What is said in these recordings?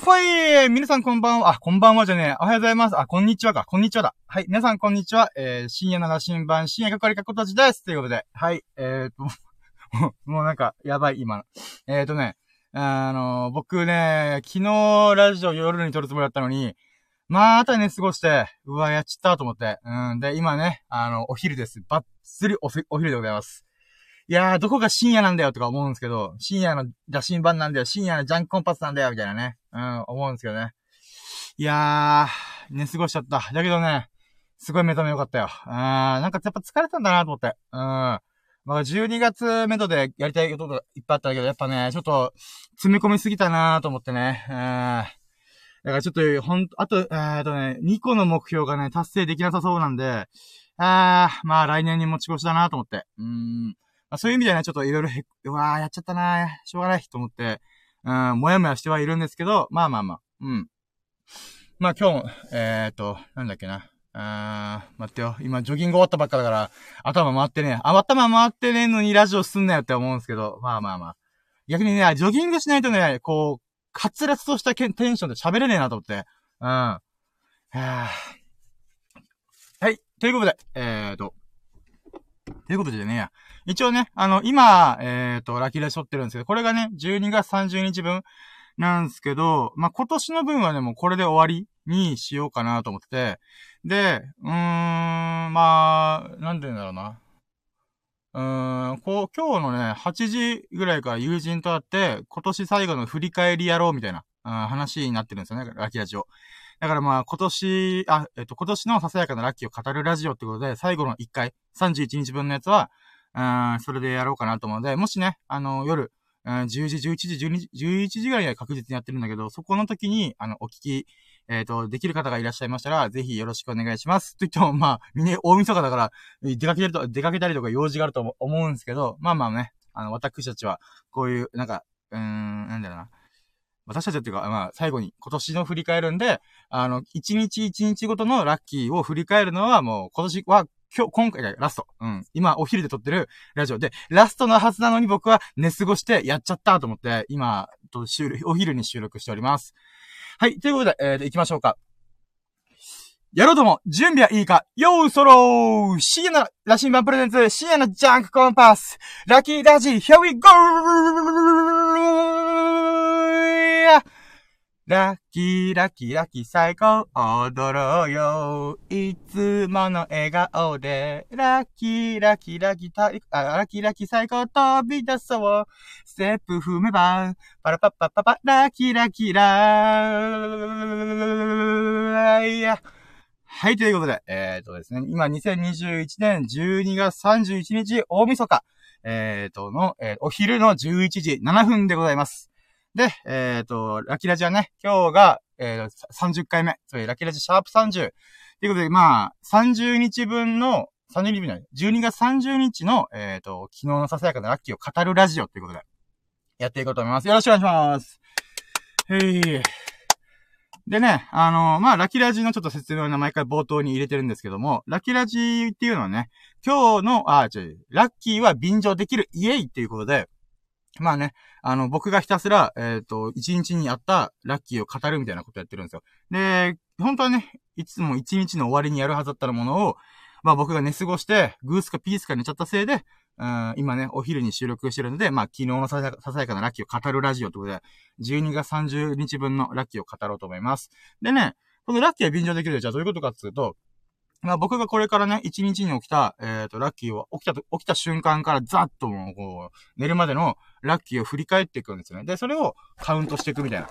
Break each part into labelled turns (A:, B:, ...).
A: ほい皆さんこんばんは。こんばんはじゃねえ。おはようございます。こんにちはか。こんにちはだ。はい。皆さんこんにちは。深夜の羅針盤、深夜係かこたちです。ということで。はい。もうなんか、やばい、今の。僕ね、昨日ラジオ夜に撮るつもりだったのに、またね、過ごして、うわ、やっちったと思って。で、今ね、お昼です。バッツリお昼でございます。いやー、どこが深夜なんだよとか思うんですけど、深夜の羅針盤なんだよ、深夜のジャンクコンパスなんだよ、みたいなね。思うんですけどね。いやー、寝過ごしちゃった。だけどね、すごい目覚めよかったよ。なんかやっぱ疲れたんだなと思って。まあ12月目処でやりたいことがいっぱいあったんだけど、やっぱね、ちょっと、詰め込みすぎたなと思ってね。だからちょっと、あと、2個の目標がね、達成できなさそうなんで、まあ来年に持ち越しだなと思って。まあ、そういう意味ではね、ちょっといろいろうわー、やっちゃったなしょうがないと思って、もやもやしてはいるんですけど、まあ。まあ今日も、なんだっけな。待ってよ。今、ジョギング終わったばっかだから、頭回ってね。頭回ってねえのにラジオすんなよって思うんですけど、まあ。逆にね、ジョギングしないとね、こう、カツラツとしたテンションで喋れねえなと思って。はい。ということで、ということでね、一応ね、今、ラッキーラしょってるんですけど、これがね、12月30日分なんですけど、まあ、今年の分はね、もうこれで終わりにしようかなと思ってて、で、まあ、なんて言うんだろうな。今日のね、8時ぐらいから友人と会って、今年最後の振り返りやろうみたいな、話になってるんですよね、ラッキーラジオ。だからまあ、今年のささやかなラッキーを語るラジオってことで、最後の1回、31日分のやつは、それでやろうかなと思うので、もしね、夜、10時、11時、12時、11時ぐらいには確実にやってるんだけど、そこの時に、お聞き、できる方がいらっしゃいましたら、ぜひよろしくお願いします。と言っても、まあ、みんな大晦日だから、出かけたりとか用事があると思うんですけど、まあね、私たちは、こういう、なんか、なんだろうな。私たちっていうか、まあ、最後に今年の振り返るんで、一日一日ごとのラッキーを振り返るのはもう今年は今回がラスト。今お昼で撮ってるラジオで、ラストのはずなのに僕は寝過ごしてやっちゃったと思って、今、お昼に収録しております。はい、ということで、行きましょうか。やろうとも、準備はいいか、よーそろー深夜の羅針盤プレゼンツ、深夜のジャンクコンパス、ラッキーラジ、here we go! ラッキー最高踊ろうよいつもの笑顔でラッキー最高飛び出そうステップ踏めばパラパッパッパパラッキーラーはい、ということで、ですね、今2021年12月31日大晦日、お昼の11時7分でございます。で、ラッキーラジはね、今日が、30回目。それ、ラッキーラジシャープ30。ということで、まあ、30日分の、12月30日の、昨日のささやかなラッキーを語るラジオということで、やっていこうと思います。よろしくお願いします。でね、まあ、ラッキーラジのちょっと説明を毎回冒頭に入れてるんですけども、ラッキーラジっていうのはね、今日の、ラッキーは便乗できるイエイっていうことで、まあね、僕がひたすら、一日にあったラッキーを語るみたいなことやってるんですよ。で、本当はね、いつも一日の終わりにやるはずだったものを、まあ僕が寝過ごして、グースかピースか寝ちゃったせいで、今ね、お昼に収録してるので、まあ昨日のささやかなラッキーを語るラジオということで、12月30日分のラッキーを語ろうと思います。でね、このラッキーは便乗できるで、じゃあどういうことかっていうと、まあ僕がこれからね、一日に起きた、ラッキーを起きた瞬間からザッともう、こう、寝るまでのラッキーを振り返っていくんですよね。で、それをカウントしていくみたいな。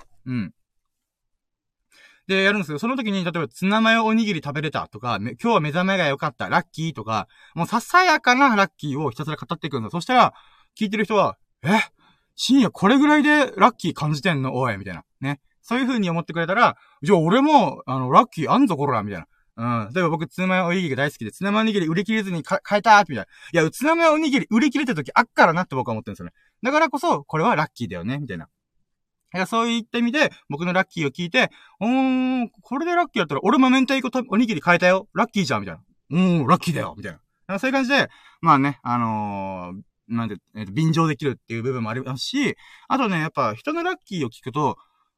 A: で、やるんですけど、その時に、例えば、ツナマヨおにぎり食べれたとか、今日は目覚めが良かった、ラッキーとか、もうささやかなラッキーをひたすら語っていくんですよ。そしたら、聞いてる人は、深夜これぐらいでラッキー感じてんのおい、みたいな。ね。そういう風に思ってくれたら、じゃあ俺も、ラッキーあんぞこら、みたいな。例えば僕、ツナマヨおにぎりが大好きで、ツナマヨおにぎり売り切れずに変えたーみたいな。いや、ツナマヨおにぎり売り切れてる時あっからなって僕は思ってるんですよね。だからこそ、これはラッキーだよね、みたいな。いや、そういった意味で、僕のラッキーを聞いて、これでラッキーだったら、俺も明太子おにぎり変えたよ。ラッキーじゃん、みたいな。ラッキーだよ、みたいな。そういう感じで、まあね、便乗できるっていう部分もありますし、あとね、やっぱ人のラッキーを聞くと、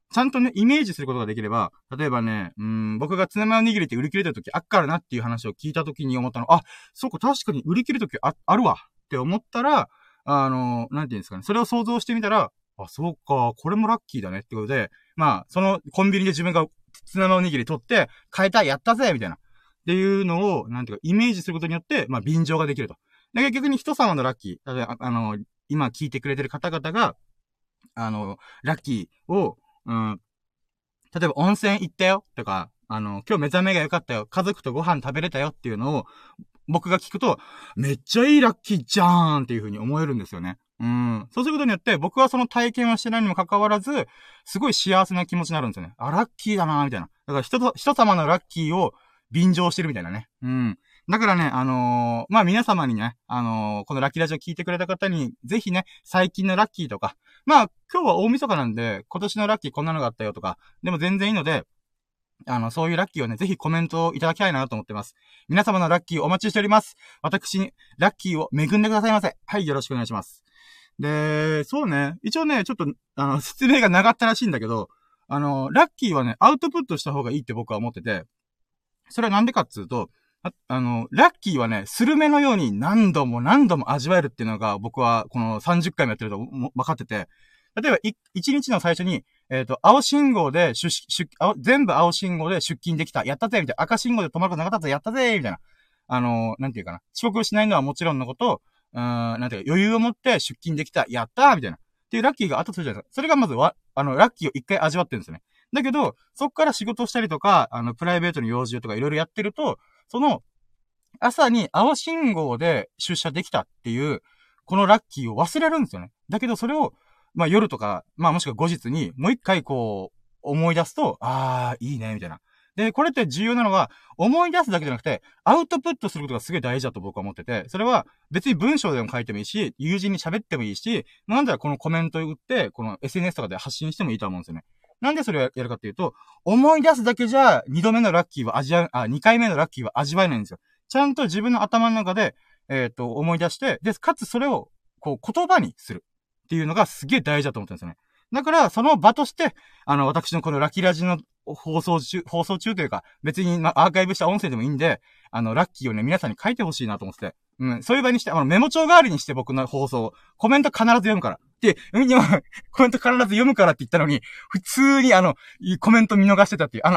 A: ちゃんとね、イメージすることができれば、例えばね、僕がツナマヨ握りって売り切れてる時あっからなっていう話を聞いた時に思ったの、あ、そうか、確かに売り切れる時あるわって思ったら、なんていうんですかね、それを想像してみたら、あ、そうか、これもラッキーだねってことで、まあ、そのコンビニで自分がツナマヨ握り取って、買えた、やったぜみたいな。っていうのを、なんていうか、イメージすることによって、まあ、便乗ができると。で、逆に人様のラッキー、例えば、今聞いてくれてる方々が、ラッキーを、例えば温泉行ったよとか、今日目覚めが良かったよ、家族とご飯食べれたよっていうのを、僕が聞くと、めっちゃいいラッキーじゃーんっていう風に思えるんですよね。そうすることによって、僕はその体験はしてないにもかかわらず、すごい幸せな気持ちになるんですよね。あ、ラッキーだなーみたいな。だから人様のラッキーを便乗してるみたいなね。だからね、まあ、皆様にね、このラッキーラジオ聞いてくれた方に、ぜひね、最近のラッキーとか、まあ、今日は大晦日なんで、今年のラッキーこんなのがあったよとか、でも全然いいので、そういうラッキーをね、ぜひコメントをいただきたいなと思ってます。皆様のラッキーお待ちしております。私にラッキーを恵んでくださいませ。はい、よろしくお願いします。で、そうね、一応ね、ちょっと、説明が長ったらしいんだけど、ラッキーはね、アウトプットした方がいいって僕は思ってて、それはなんでかっつうと、ラッキーはね、スルメのように何度も何度も味わえるっていうのが僕はこの30回もやってると分かってて、例えば1日の最初に、青信号で全部青信号で出勤できた。やったぜみたいな。赤信号で止まることなかったぜやったぜみたいな。なんていうかな。遅刻しないのはもちろんのこと、なんていうか、余裕を持って出勤できた。やったーみたいな。っていうラッキーがあったとするじゃないですか。それがまずラッキーを一回味わってるんですよね。だけど、そっから仕事したりとか、プライベートの用事とかいろいろやってると、その、朝に青信号で出社できたっていう、このラッキーを忘れるんですよね。だけどそれを、まあ夜とか、まあもしくは後日に、もう一回こう、思い出すと、いいね、みたいな。で、これって重要なのは、思い出すだけじゃなくて、アウトプットすることがすげえ大事だと僕は思ってて、それは別に文章でも書いてもいいし、友人に喋ってもいいし、なんだらこのコメントを打って、この SNS とかで発信してもいいと思うんですよね。なんでそれをやるかっていうと、思い出すだけじゃ、2度目のラッキーは2回目のラッキーは味わえないんですよ。ちゃんと自分の頭の中で、思い出して、で、かつそれを、こう、言葉にするっていうのがすげえ大事だと思ってるんですよね。だから、その場として、私のこのラッキーラジの放送中というか、別に、アーカイブした音声でもいいんで、ラッキーをね、皆さんに書いてほしいなと思ってて。そういう場にして、メモ帳代わりにして僕の放送、コメント必ず読むから。で、今、コメント必ず読むからって言ったのに、普通にコメント見逃してたっていう。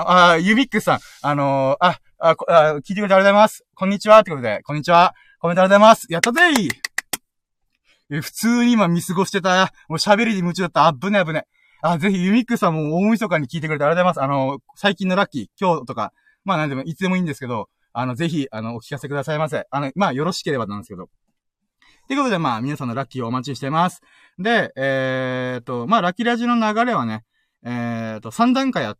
A: ユミックスさん、聞いてくれてありがとうございます。こんにちはってことで、こんにちは。コメントありがとうございます。やったぜー。普通に今見過ごしてた。もう喋りに夢中だった。危ね。ぜひユミックスさんも大晦日に聞いてくれてありがとうございます。最近のラッキー、今日とか、まあなんでも、いつでもいいんですけど、ぜひ、お聞かせくださいませ。まあよろしければなんですけど。ということで、まあ、皆さんのラッキーをお待ちしてます。で、まあ、ラッキーラジの流れはね、3段階あって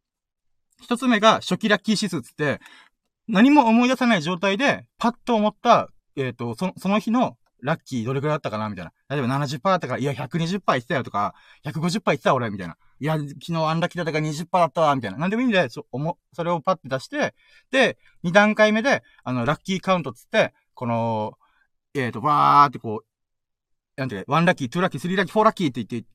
A: 、1つ目が初期ラッキー指数つって、何も思い出さない状態で、パッと思った、その日のラッキーどれくらいだったかなみたいな。例えば 70% だったから、いや、120%言ってたよとか、150%言ってた俺、みたいな。いや、昨日アンラッキーだったから 20% だったわ、みたいな。なんでもいいんで、それをパッて出して、で、2段階目で、ラッキーカウントつって、この、わーってこう、なんていうか、1ラッキー、2ラッキー、3ラッキー、4ラッキーって言って、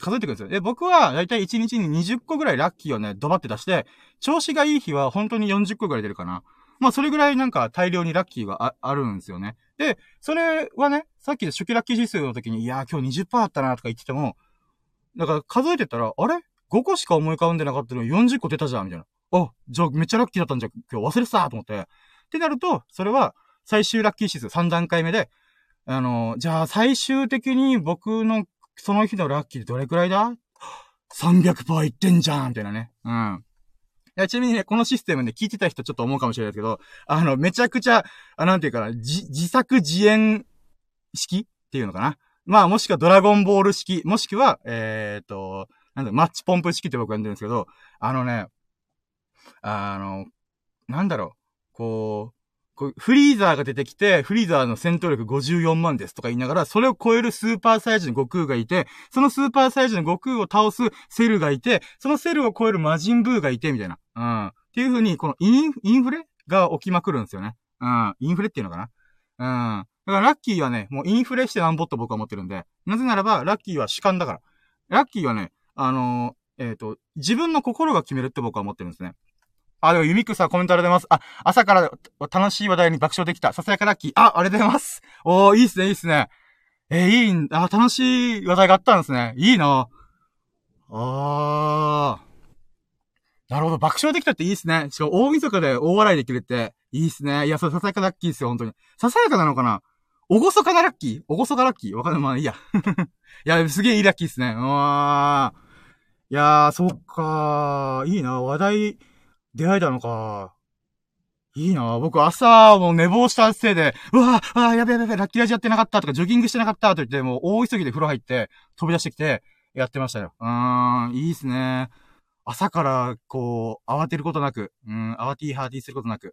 A: 数えてくるんですよ。で、僕は、だいたい1日に20個ぐらいラッキーをね、ドバって出して、調子がいい日は本当に40個ぐらい出るかな。まあ、それぐらいなんか大量にラッキーがあるんですよね。で、それはね、さっきの初期ラッキー指数の時に、いやー今日 20% だったなとか言ってても、だから数えてたら、あれ ?5 個しか思い浮かんでなかったのに40個出たじゃんみたいな。あ、じゃあめっちゃラッキーだったんじゃ、今日忘れてたと思って。ってなると、それは最終ラッキー指数3段階目で、じゃあ最終的に僕のその日のラッキーどれくらいだ ?300% いってんじゃんみたいなね。ちなみにね、このシステムね、聞いてた人ちょっと思うかもしれないですけど、めちゃくちゃ、なんていうかな、自作自演式っていうのかな。まあ、もしくはドラゴンボール式、もしくは、マッチポンプ式って僕は呼んでるんですけど、なんだろう、こう、フリーザーが出てきて、フリーザーの戦闘力54万ですとか言いながら、それを超えるスーパーサイズの悟空がいて、そのスーパーサイズの悟空を倒すセルがいて、そのセルを超える魔人ブーがいて、みたいな。っていう風に、このインフレが起きまくるんですよね。インフレっていうのかな。だからラッキーはね、もうインフレしてなんぼっと僕は思ってるんで、なぜならば、ラッキーは主観だから。ラッキーはね、 自分の心が決めるって僕は思ってるんですね。あ、でもユミックさんコメントありがとうございます。あ、朝から楽しい話題に爆笑できた。ささやかラッキー。ありがとうございます。おー、いいっすね、いいっすね。いいん、楽しい話題があったんですね。いいな。なるほど。爆笑できたっていいっすね。しかも大晦日で大笑いできるって、いいっすね。いや、それささやかラッキーっすよ、本当に。ささやかなのかな。おごそかなラッキーおごそかラッキーわかんない。まあいいや。いや、すげえいいラッキーっすね。いやー、そっかー。いいな。話題、出会えたのか。いいな。僕朝もう寝坊したせいで、やべやべやべ、ラッキーラジやってなかったとか、ジョギングしてなかったと言って、もう大急ぎで風呂入って、飛び出してきて、やってましたよ。いいっすね。朝から、こう、慌てることなく、慌てィーハーティーすることなく、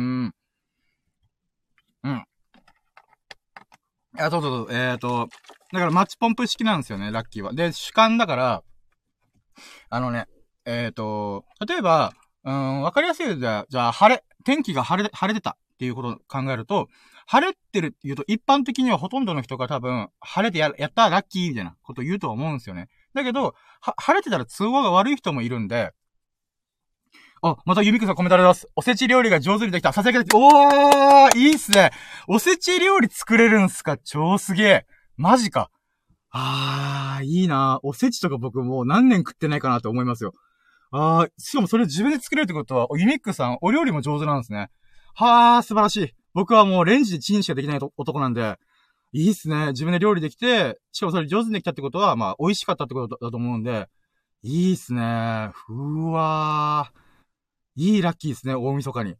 A: うん。そうそうそう、だからマッチポンプ式なんですよね、ラッキーは。で、主観だから、あのね、例えば、わかりやすいじゃあ、天気が晴れてたっていうことを考えると、晴れてるって言うと、一般的にはほとんどの人が多分、晴れてやったラッキーみたいなことを言うとは思うんですよね。だけど、晴れてたら都合が悪い人もいるんで、またゆみくさんコメントあります。おせち料理が上手にできた。ささやかできた。いいっすね。おせち料理作れるんすか？超すげえ。マジか。いいな。おせちとか僕もう何年食ってないかなと思いますよ。しかもそれ自分で作れるってことは、ユミックさん、お料理も上手なんですね。素晴らしい。僕はもうレンジでチンしかできない男なんで、いいっすね。自分で料理できて、しかもそれ上手にできたってことは、まあ、美味しかったってことだと思うんで、いいっすね。いいラッキーですね、大晦日に。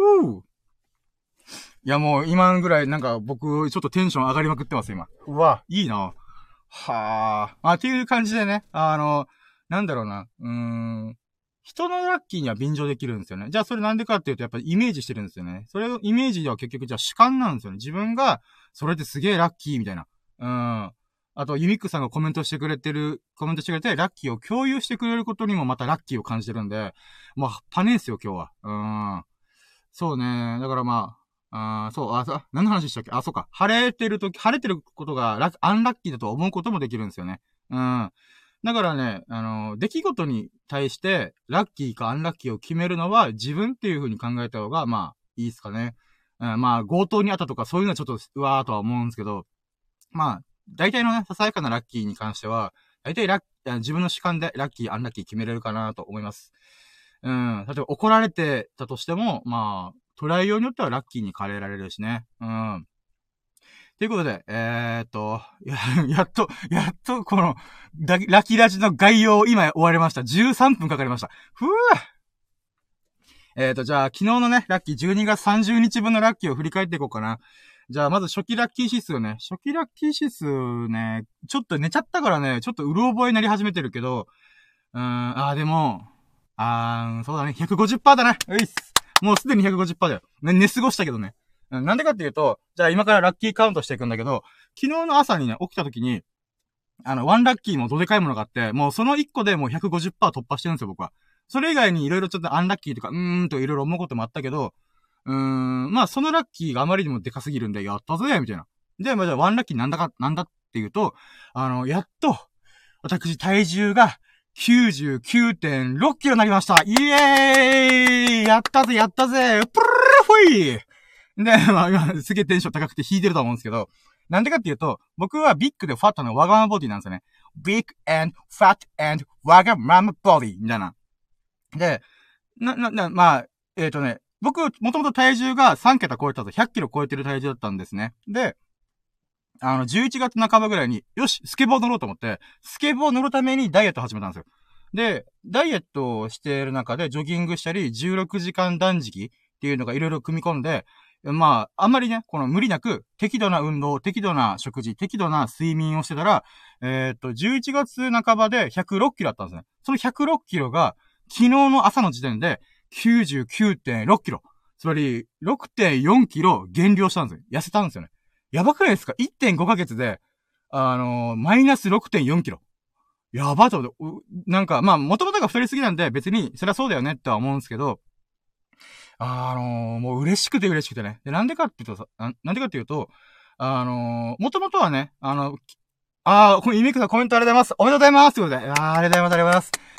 A: いやもう今ぐらいなんか僕ちょっとテンション上がりまくってます今。いいな。っていう感じでね、なんだろうな、人のラッキーには便乗できるんですよね。じゃあそれなんでかっていうとやっぱりイメージしてるんですよね。それをイメージでは結局じゃあ主観なんですよね。自分が、それってすげえラッキーみたいな。あと、ユミックさんがコメントしてくれて、ラッキーを共有してくれることにもまたラッキーを感じてるんで、まあ、パネーすよ、今日は。そうね。だからまあ、何の話したっけ？そうか。晴れてることがアンラッキーだと思うこともできるんですよね。だからね、出来事に対して、ラッキーかアンラッキーを決めるのは自分っていう風に考えた方が、まあ、いいですかね。まあ、強盗にあったとかそういうのはちょっと、とは思うんですけど、まあ、大体のね、ささやかなラッキーに関しては、大体自分の主観でラッキー、アンラッキー決めれるかなと思います。例えば怒られてたとしても、まあ、捉えようによってはラッキーに変えられるしね。ということで、やっと、この、ラッキーラジの概要を今終わりました。13分かかりました。じゃあ、昨日のね、ラッキー12月30日分のラッキーを振り返っていこうかな。じゃあ、まず初期ラッキー指数ね。初期ラッキー指数ね、ちょっと寝ちゃったからね、ちょっとうろ覚えになり始めてるけど、でも、そうだね、150%だな。ういっす。もうすでに150%だよ。ね、寝過ごしたけどね。なんでかっていうと、じゃあ今からラッキーカウントしていくんだけど、昨日の朝にね、起きた時に、ワンラッキーもどでかいものがあって、もうその1個でもう150%突破してるんですよ、僕は。それ以外にいろいろちょっとアンラッキーとか、といろいろ思うこともあったけど、まあそのラッキーがあまりにもでかすぎるんで、やったぜみたいな。で、まあじゃあワンラッキーなんだっていうと、やっと、私体重が99.6 キロになりました。イエーイやったぜプルルフイで、まあ今すげえテンション高くて弾いてると思うんですけど、なんでかっていうと、僕はビッグでファットなワガママボディなんですよね。big and fat and ワガママボディみたいな。で、まあ、僕、もともと体重が3桁超えたと、100キロ超えてる体重だったんですね。で、11月半ばぐらいに、よし、スケボー乗ろうと思って、スケボー乗るためにダイエット始めたんですよ。で、ダイエットをしている中で、ジョギングしたり、16時間断食っていうのがいろいろ組み込んで、まあ、あんまりね、この無理なく、適度な運動、適度な食事、適度な睡眠をしてたら、11月半ばで106キロあったんですね。その106キロが、昨日の朝の時点で、99.6 キロ。つまり、6.4 キロ減量したんですよ。痩せたんですよね。やばくないですか？ 1.5 ヶ月で、マイナス 6.4 キロ。やばと、なんか、まあ、元々が太りすぎなんで、別に、そりゃそうだよねっては思うんですけど、もう嬉しくてね。で、なんでかっていうと、元々はね、このイミクさんコメントありがとうございます。おめでとうございますということで、ありがとうございます。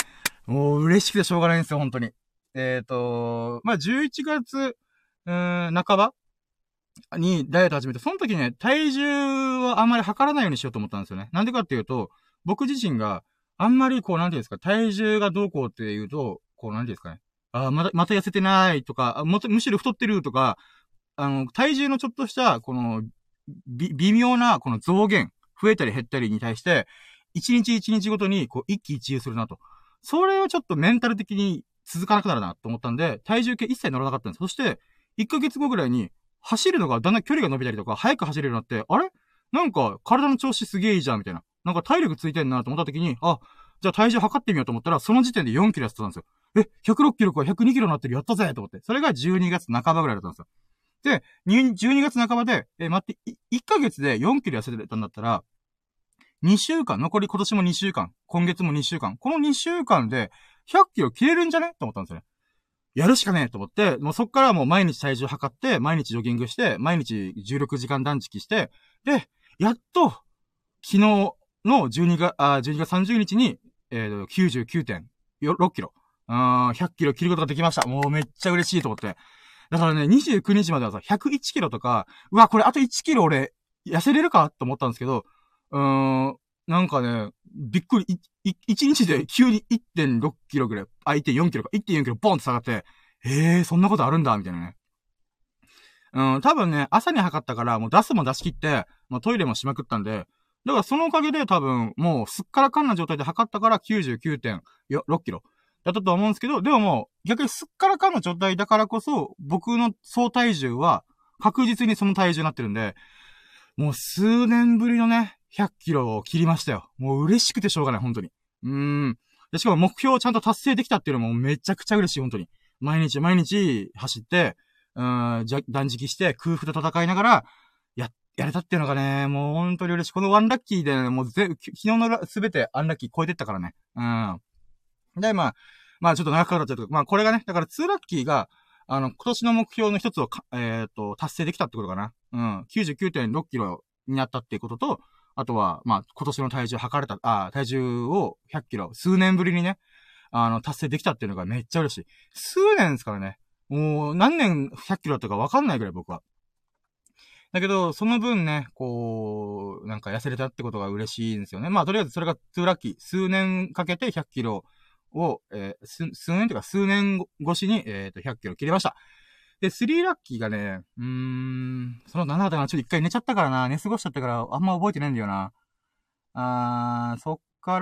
A: もう嬉しくてしょうがないんですよ、本当に。まあ、11月、半ばにダイエット始めて、その時ね、体重はあんまり測らないようにしようと思ったんですよね。なんでかっていうと、僕自身があんまりこう、なんていうんですか、体重がどうこうっていうと、こう、なんていうんですかね。また痩せてないとか、むしろ太ってるとか、体重のちょっとした、この、微妙な、この増減、増えたり減ったりに対して、一日一日ごとに、こう、一喜一憂するなと。それをちょっとメンタル的に続かなくなるなと思ったんで、体重計一切乗らなかったんです。そして、1ヶ月後ぐらいに、走るのがだんだん距離が伸びたりとか、早く走れるようになって、あれなんか、体の調子すげえいいじゃん、みたいな。なんか体力ついてんなと思った時に、あ、じゃあ体重測ってみようと思ったら、その時点で4キロ痩せてたんですよ。106キロか102キロになってる、やったぜと思って。それが12月半ばぐらいだったんですよ。で、12月半ばで、待って、1ヶ月で4キロ痩せてたんだったら、2週間、残り今年も2週間、今月も2週間、この2週間で100キロ切れるんじゃねと思ったんですよね。やるしかねえと思って、もうそっからもう毎日体重測って、毎日ジョギングして、毎日16時間断食して、で、やっと、昨日の12月30日に、99.6キロ。100キロ切ることができました。もうめっちゃ嬉しいと思って。だからね、29日まではさ、101キロとか、うわ、これあと1キロ俺、痩せれるかと思ったんですけど、うーん、なんかね、びっくり、1日で急に1.6キロぐらい、1.4キロか、1.4キロボンって下がって、そんなことあるんだ、みたいなね。多分ね、朝に測ったから、もう出すも出し切って、もうトイレもしまくったんで、だからそのおかげで多分、もうすっからかんな状態で測ったから99.6キロだったと思うんですけど、でももう、逆にすっからかんの状態だからこそ、僕の総体重は、確実にその体重になってるんで、もう数年ぶりのね、100キロを切りましたよ。もう嬉しくてしょうがない、本当に。で、しかも目標をちゃんと達成できたっていうのもめちゃくちゃ嬉しい、本当に。毎日毎日走って、断食して空腹と戦いながら、やれたっていうのがね、もう本当に嬉しい。このワンラッキーで、ね、もう昨日のすべてアンラッキー超えてったからね。で、まあちょっと長くかかっちゃうけど、まあこれがね、だから2ラッキーが、今年の目標の一つを達成できたってことかな。99.6キロになったっていうことと、あとは、まあ今年の体重測れた、体重を100キロ、数年ぶりにね、達成できたっていうのがめっちゃ嬉しい。数年ですからね。もう何年100キロだったかわかんないぐらい僕は。だけど、その分ね、こう、なんか痩せれたってことが嬉しいんですよね。まあとりあえずそれが2ラッキー。数年かけて100キロを、数年というか数年越しに、100キロ切れました。で、3ラッキーがね、その7だったかな、ちょっと一回寝ちゃったからな、寝過ごしちゃったから、あんま覚えてないんだよな。そっから、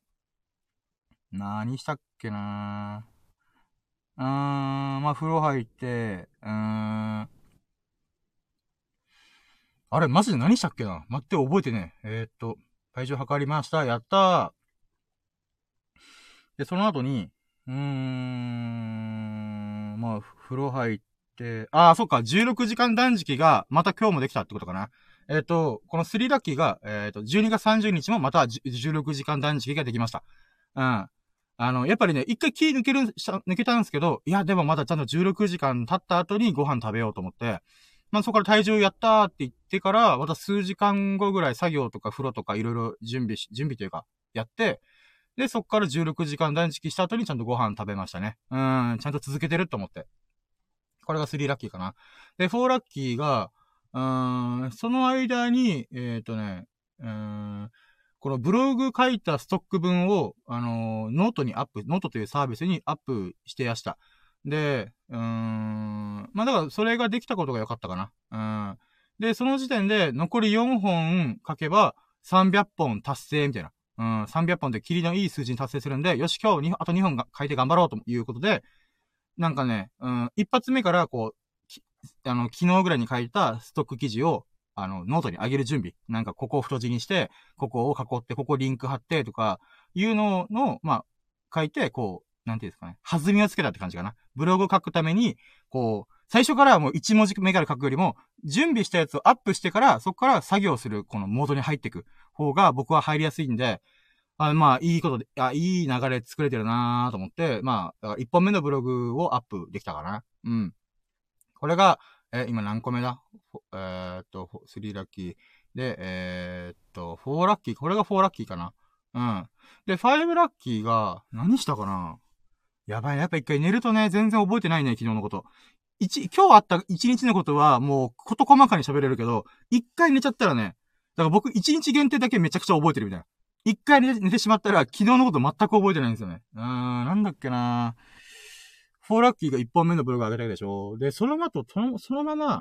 A: 何したっけなまあ、風呂入って、あれ、マジで何したっけな待って、覚えてね。体重測りました。やったー。で、その後に、まあ、風呂入って、そっか、16時間断食が、また今日もできたってことかな。この3ラッキーが、12月30日もまた16時間断食ができました。うん。やっぱりね、一回気抜けたんですけど、いや、でもまだちゃんと16時間経った後にご飯食べようと思って、まあそこから体重やったーって言ってから、また数時間後ぐらい作業とか風呂とかいろいろ準備というか、やって、で、そこから16時間断食した後にちゃんとご飯食べましたね。ちゃんと続けてると思って。これが3ラッキーかな。で、4ラッキーが、その間に、このブログ書いたストック分を、ノートというサービスにアップしてやした。で、まあ、だからそれができたことが良かったかな。で、その時点で残り4本書けば300本達成みたいな。300本でキリのいい数字に達成するんで、よし、今日あと2本書いて頑張ろうということで、なんかね、一発目からこう、昨日ぐらいに書いたストック記事を、ノートに上げる準備。なんか、ここを太字にして、ここを囲って、ここリンク貼って、とか、いうのの、まあ、書いて、こう、なんていうんですかね。弾みをつけたって感じかな。ブログを書くために、こう、最初からもう1文字目から書くよりも、準備したやつをアップしてから、そこから作業する、このモードに入っていく方が僕は入りやすいんで、まあ、いいことで、いい流れ作れてるなーと思って、まあ、1本目のブログをアップできたかな。うん。これが、今何個目だ3ラッキー。で、4ラッキー。これが4ラッキーかな。 うん。で、5ラッキーが、何したかな。やばい、やっぱ一回寝るとね、全然覚えてないね、昨日のこと。今日あった一日のことは、もう、事細かに喋れるけど、一回寝ちゃったらね、だから僕一日限定だけめちゃくちゃ覚えてるみたいな。一回寝てしまったら、昨日のこと全く覚えてないんですよね。なんだっけな。フォーラッキーが一本目のブログ上げたでしょ。で、その後、そのまま、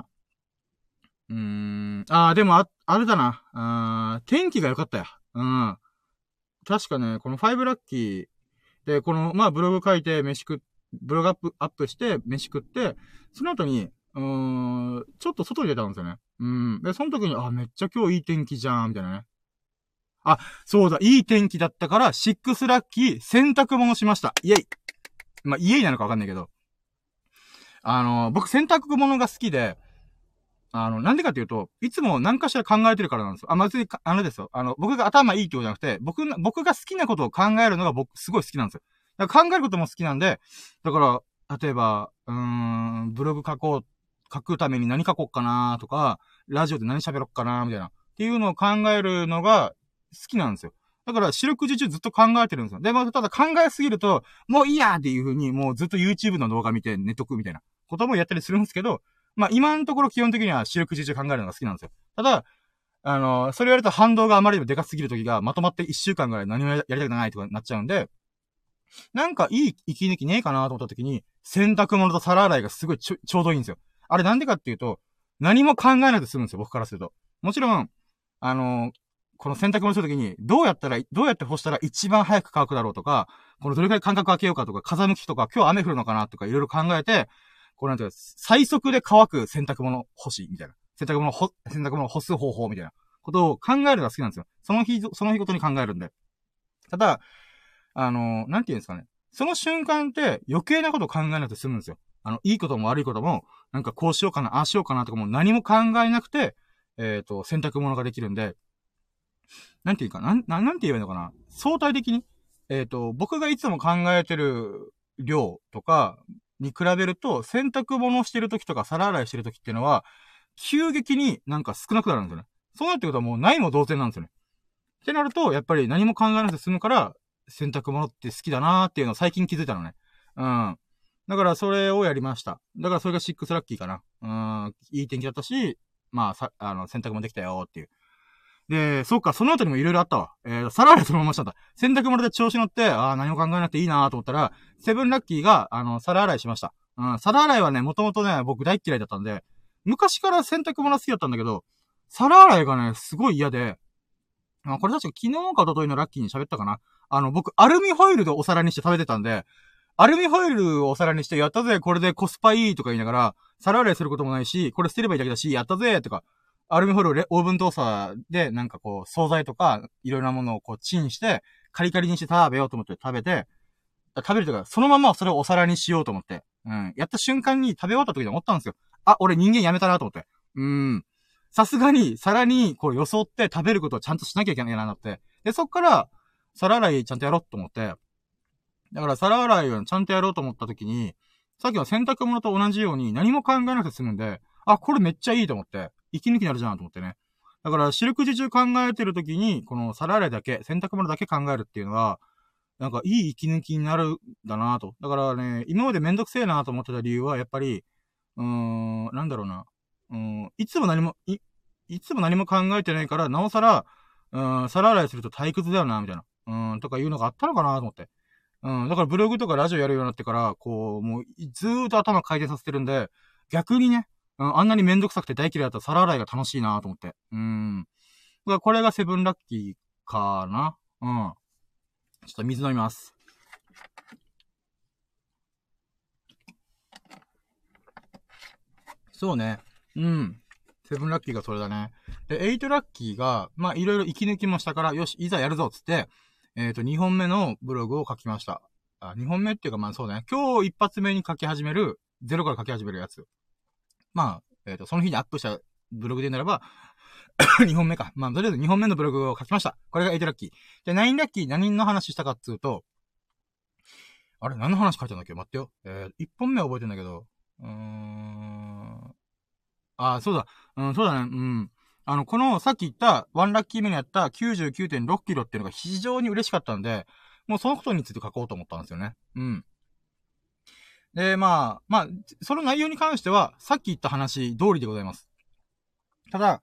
A: でもあれだな。天気が良かったよ。うん。確かね、この5ラッキーで、この、まあ、ブログ書いて、ブログアップして、飯食って、その後に、ちょっと外に出たんですよね。で、その時に、めっちゃ今日いい天気じゃん、みたいなね。そうだ、いい天気だったから、6ラッキー、洗濯物しました。イェイ。まあ、イェイなのかわかんないけど。僕洗濯物が好きで、なんでかっていうと、いつも何かしら考えてるからなんですよ。まず、ですよ。僕が頭いいってことじゃなくて、僕が好きなことを考えるのがすごい好きなんですよ。だから考えることも好きなんで、だから、例えば、ブログ書くために何書こうかなとか、ラジオで何喋ろうかなみたいな。っていうのを考えるのが好きなんですよ。だから、四六時中ずっと考えてるんですよ。で、まあ、ただ考えすぎると、もういいやっていう風に、もうずっと YouTube の動画見て寝とくみたいなこともやったりするんですけど、まあ、今のところ基本的には四六時中考えるのが好きなんですよ。ただ、それやると反動があまりにもでかすぎる時がまとまって一週間ぐらい何もやりたくないとかなっちゃうんで、なんかいい息抜きねえかなと思った時に、洗濯物と皿洗いがすごいちょうどいいんですよ。あれなんでかっていうと、何も考えないで済むんですよ、僕からすると。もちろん、この洗濯物するときに、どうやって干したら一番早く乾くだろうとか、このどれくらい間隔空けようかとか、風向きとか、今日雨降るのかなとかいろいろ考えて、こうなんていうか、最速で乾く洗濯物干し、みたいな。洗濯物を干す方法みたいなことを考えるのが好きなんですよ。その日ごとに考えるんで。ただ、なんていうんですかね。その瞬間って余計なことを考えなくて済むんですよ。いいことも悪いことも、なんかこうしようかな、ああしようかなとかも何も考えなくて、洗濯物ができるんで、なんていうか、なんて言えばいいのかな。相対的に、僕がいつも考えてる量とかに比べると、洗濯物をしてる時とか皿洗いしてる時っていうのは、急激になんか少なくなるんですよね。そうなってことはもうないも同然なんですよね。ってなると、やっぱり何も考えなくて済むから、洗濯物って好きだなーっていうのを最近気づいたのね。うん。だからそれをやりました。だからそれが6ラッキーかな。いい天気だったし、まあ、洗濯もできたよっていう。で、そっか、その後にもいろいろあったわ。皿洗いそのまましたんだ。洗濯物で調子乗って、何も考えなくていいなと思ったら、セブンラッキーが、皿洗いしました。皿洗いはね、もともとね、僕大嫌いだったんで、昔から洗濯物好きだったんだけど、皿洗いがね、すごい嫌で、これ確か昨日か一昨日のラッキーに喋ったかな。僕、アルミホイルでお皿にして食べてたんで、アルミホイルをお皿にして、やったぜ、これでコスパいいとか言いながら、皿洗いすることもないし、これ捨てればいいだけだし、やったぜ、とか、アルミホイルをオーブントースターで、なんかこう、惣菜とか、いろいろなものをこう、チンして、カリカリにして食べようと思って食べて、食べるとか、そのままそれをお皿にしようと思って、やった瞬間に食べ終わった時に思ったんですよ。俺人間やめたなと思って。さすがに、皿に、こう、よそって食べることをちゃんとしなきゃいけないなって。で、そっから、皿洗いちゃんとやろうと思って。だから、皿洗いをちゃんとやろうと思った時に、さっきの洗濯物と同じように何も考えなくて済むんで、これめっちゃいいと思って、息抜きになるじゃんと思ってね。だから、四六時中考えてる時に、この皿洗いだけ、洗濯物だけ考えるっていうのは、なんかいい息抜きになるんだなと。だからね、今までめんどくせえなと思ってた理由は、やっぱり、なんだろうな。いつも何も考えてないから、なおさら、皿洗いすると退屈だよな、みたいな。とかいうのがあったのかなと思って。だからブログとかラジオやるようになってから、こう、もう、ずーっと頭回転させてるんで、逆にね、あんなにめんどくさくて大嫌いだったら皿洗いが楽しいなと思って。だからこれがセブンラッキーかな。ちょっと水飲みます。そうね。セブンラッキーがそれだね。で、エイトラッキーが、まあ、いろいろ息抜きもしたから、よし、いざやるぞ、つって、2本目のブログを書きました。2本目っていうか、まあそうだね。今日一発目に書き始める、ゼロから書き始めるやつ。まあ、その日にアップしたブログでならば、2本目か。まあ、とりあえず2本目のブログを書きました。これが8ラッキー。で、9ラッキー何の話したかっつうと、あれ何の話書いたんだっけ待ってよ。1本目は覚えてんだけど、そうだ。そうだね。 このさっき言ったワンラッキー目にやった99.6 キロっていうのが非常に嬉しかったんで、もうそのことについて書こうと思ったんですよね。うん。で、その内容に関しては、さっき言った話通りでございます。ただ、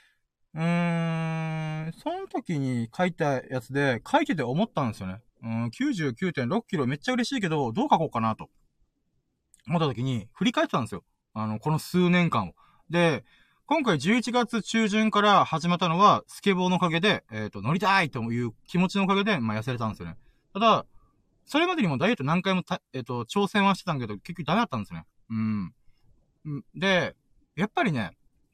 A: その時に書いたやつで、書いてて思ったんですよね。99.6 キロめっちゃ嬉しいけど、どう書こうかなと。思った時に、振り返ってたんですよ。この数年間を。で、今回11月中旬から始まったのは、スケボーのおかげで、乗りたいという気持ちのおかげで、痩せれたんですよね。ただ、それまでにもダイエット何回も挑戦はしてたんだけど、結局ダメだったんですよね。で、やっぱりね、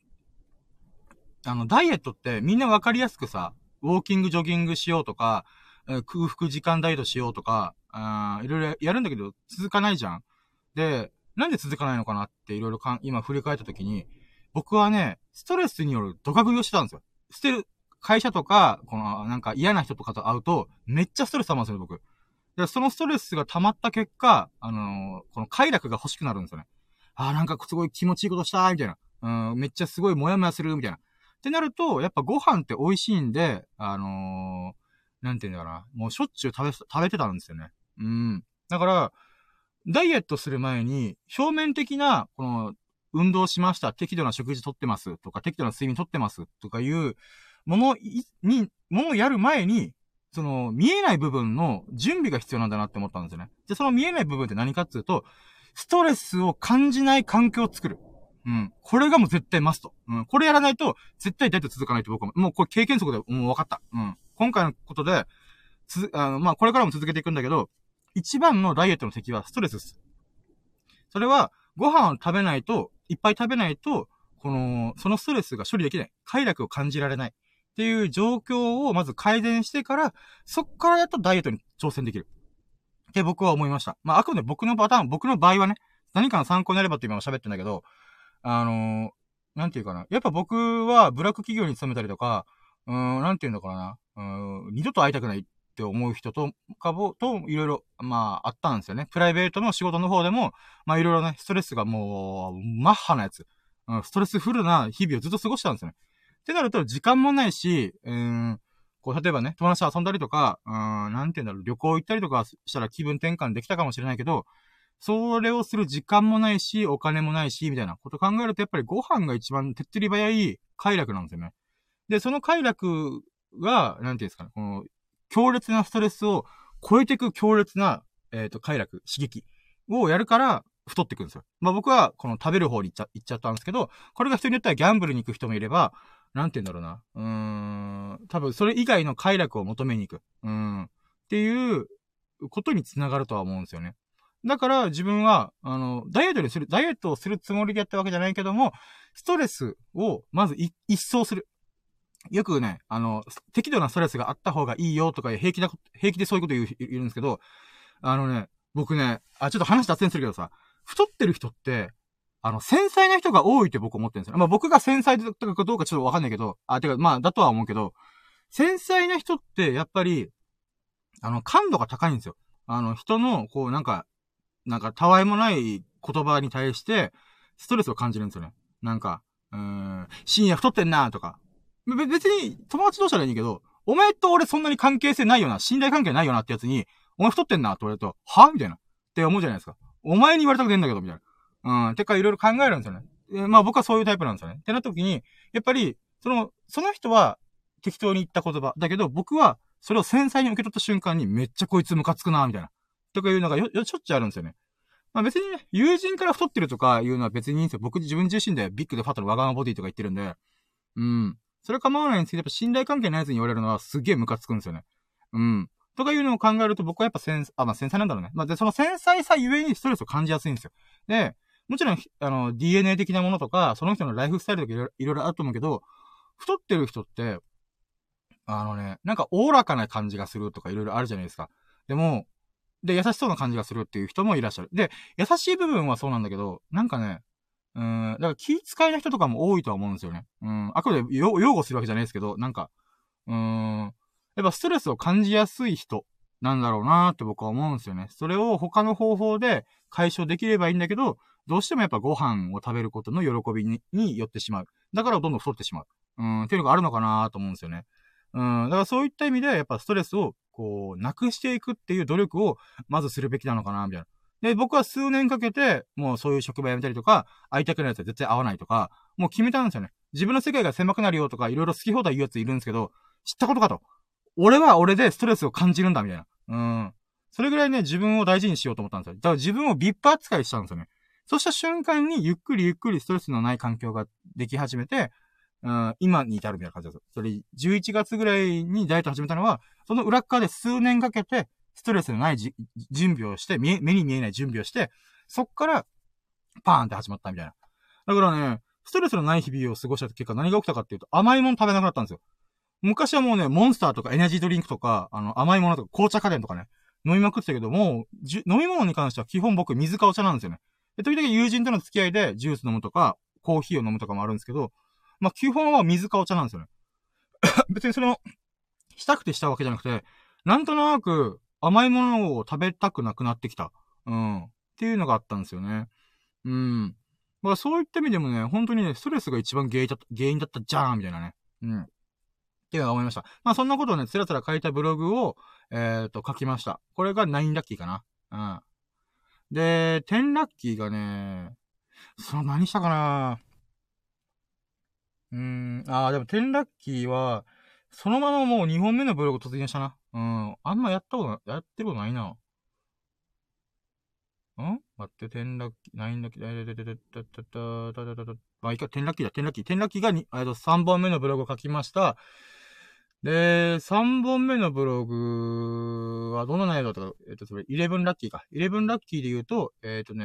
A: ダイエットってみんなわかりやすくさ、ウォーキング、ジョギングしようとか、空腹時間ダイエットしようとか、いろいろやるんだけど、続かないじゃん。で、なんで続かないのかなっていろいろ今振り返った時に、僕はね、ストレスによるドカ食いをしてたんですよ。会社とか、なんか嫌な人とかと会うと、めっちゃストレス溜まるんですよ、僕。で、そのストレスが溜まった結果、この快楽が欲しくなるんですよね。なんかすごい気持ちいいことしたみたいな。めっちゃすごいモヤモヤする、みたいな。ってなると、やっぱご飯って美味しいんで、なんていうんだかな。もうしょっちゅう食べてたんですよね。だから、ダイエットする前に、表面的な、運動しました、適度な食事とってます、とか、適度な睡眠とってます、とかいうものをやる前に、見えない部分の準備が必要なんだなって思ったんですよね。で、その見えない部分って何かっていうと、ストレスを感じない環境を作る。これがもう絶対マスト。これやらないと、絶対ダイエット続かないと僕は。もうこれ経験則でもう分かった。今回のことで、これからも続けていくんだけど、一番のダイエットの敵はストレスです。それは、ご飯を食べないと、いっぱい食べないと、そのストレスが処理できない。快楽を感じられない。っていう状況をまず改善してから、そっからやっとダイエットに挑戦できる。って僕は思いました。あくまで僕の場合はね、何かの参考になればって今喋ってんだけど、なんていうかな。やっぱ僕はブラック企業に勤めたりとか、なんていうのかな。二度と会いたくないって思う人といろいろ、あったんですよね。プライベートの仕事の方でも、いろいろね、ストレスがもう、マッハなやつ。ストレスフルな日々をずっと過ごしたんですよね。ってなると、時間もないし、例えばね、友達と遊んだりとか、なんていうんだろう、旅行行ったりとかしたら気分転換できたかもしれないけど、それをする時間もないし、お金もないし、みたいなこと考えると、やっぱりご飯が一番手っ取り早い快楽なんですよね。で、その快楽が、なんていうんですかね、強烈なストレスを超えていく強烈な、快楽、刺激をやるから、太っていくんですよ。僕は、この食べる方に行っちゃったんですけど、これが人によってはギャンブルに行く人もいれば、なんて言うんだろうな。多分それ以外の快楽を求めに行く。っていうことにつながるとは思うんですよね。だから自分は、ダイエットをするつもりでやったわけじゃないけども、ストレスをまず一掃する。よくね、適度なストレスがあった方がいいよとか平気でそういうこと言うんですけど、僕ね、ちょっと話脱線するけどさ、太ってる人って、繊細な人が多いって僕思ってるんですよ。僕が繊細だったかどうかちょっとわかんないけど、だとは思うけど、繊細な人って、やっぱり、感度が高いんですよ。人の、たわいもない言葉に対して、ストレスを感じるんですよね。深夜太ってんなとか。別に、友達同士はいいけど、お前と俺そんなに関係性ないよな、信頼関係ないよなってやつに、お前太ってんなって言われると、はみたいな。って思うじゃないですか。お前に言われたくねえんだけど、みたいな。てかいろいろ考えるんですよね。僕はそういうタイプなんですよね。ってなった時に、やっぱり、その人は適当に言った言葉。だけど、僕は、それを繊細に受け取った瞬間に、めっちゃこいつムカつくな、みたいな。とかいうのがしょっちゅうあるんですよね。別にね、友人から太ってるとかいうのは別にいいんですよ。僕自分自身でビッグでファットのワガマボディとか言ってるんで。それ構わないんですけど、やっぱ信頼関係ないやつに言われるのはすげえムカつくんですよね。とかいうのを考えると僕はやっぱ繊細なんだろうね。で、その繊細さゆえにストレスを感じやすいんですよ。で、もちろん、DNA 的なものとか、その人のライフスタイルとかいろいろあると思うけど、太ってる人って、おおらかな感じがするとかいろいろあるじゃないですか。で、優しそうな感じがするっていう人もいらっしゃる。で、優しい部分はそうなんだけど、だから気遣いな人とかも多いとは思うんですよね。あくまで擁護するわけじゃないですけど、やっぱストレスを感じやすい人なんだろうなーって僕は思うんですよね。それを他の方法で解消できればいいんだけど、どうしてもやっぱご飯を食べることの喜びに寄ってしまう。だからどんどん太ってしまう。 っていうのがあるのかなと思うんですよね。だからそういった意味で、やっぱストレスを、こう、なくしていくっていう努力を、まずするべきなのかなみたいな。で、僕は数年かけて、もうそういう職場辞めたりとか、会いたくないやつは絶対会わないとか、もう決めたんですよね。自分の世界が狭くなるよとか、いろいろ好き放題言うやついるんですけど、知ったことかと。俺は俺でストレスを感じるんだ、みたいな。それぐらいね、自分を大事にしようと思ったんですよ。だから自分を VIP 扱いしたんですよね。そうした瞬間に、ゆっくりゆっくりストレスのない環境ができ始めて、今に至るみたいな感じです。それ、11月ぐらいにダイエット始めたのは、その裏っ側で数年かけて、ストレスのない準備をして、目に見えない準備をして、そっから、パーンって始まったみたいな。だからね、ストレスのない日々を過ごした結果何が起きたかっていうと、甘いもの食べなくなったんですよ。昔はもうね、モンスターとかエナジードリンクとか、甘いものとか紅茶家電とかね、飲みまくってたけども、飲み物に関しては基本僕水かお茶なんですよね。で、時々友人との付き合いでジュース飲むとか、コーヒーを飲むとかもあるんですけど、まあ、基本は水かお茶なんですよね。別にそれも、したくてしたわけじゃなくて、なんとなく甘いものを食べたくなくなってきた。っていうのがあったんですよね。まあそういった意味でもね、本当にね、ストレスが一番原因だったじゃーんみたいなね。っていうのは思いました。まあそんなことをね、つらつら書いたブログを、書きました。これが9ラッキーかな。で、10ラッキーがね、何したかなでも10ラッキーは、そのままもう2本目のブログ突入したな。あんまやってることないな。待って、10ラッキー、9ラッキー、まあ、いいか、10ラッキーだ、10ラッキー。10ラッキーが3本目のブログを書きました。で、3本目のブログはどの内容だったか、それ、11ラッキーか。11ラッキーで言うと、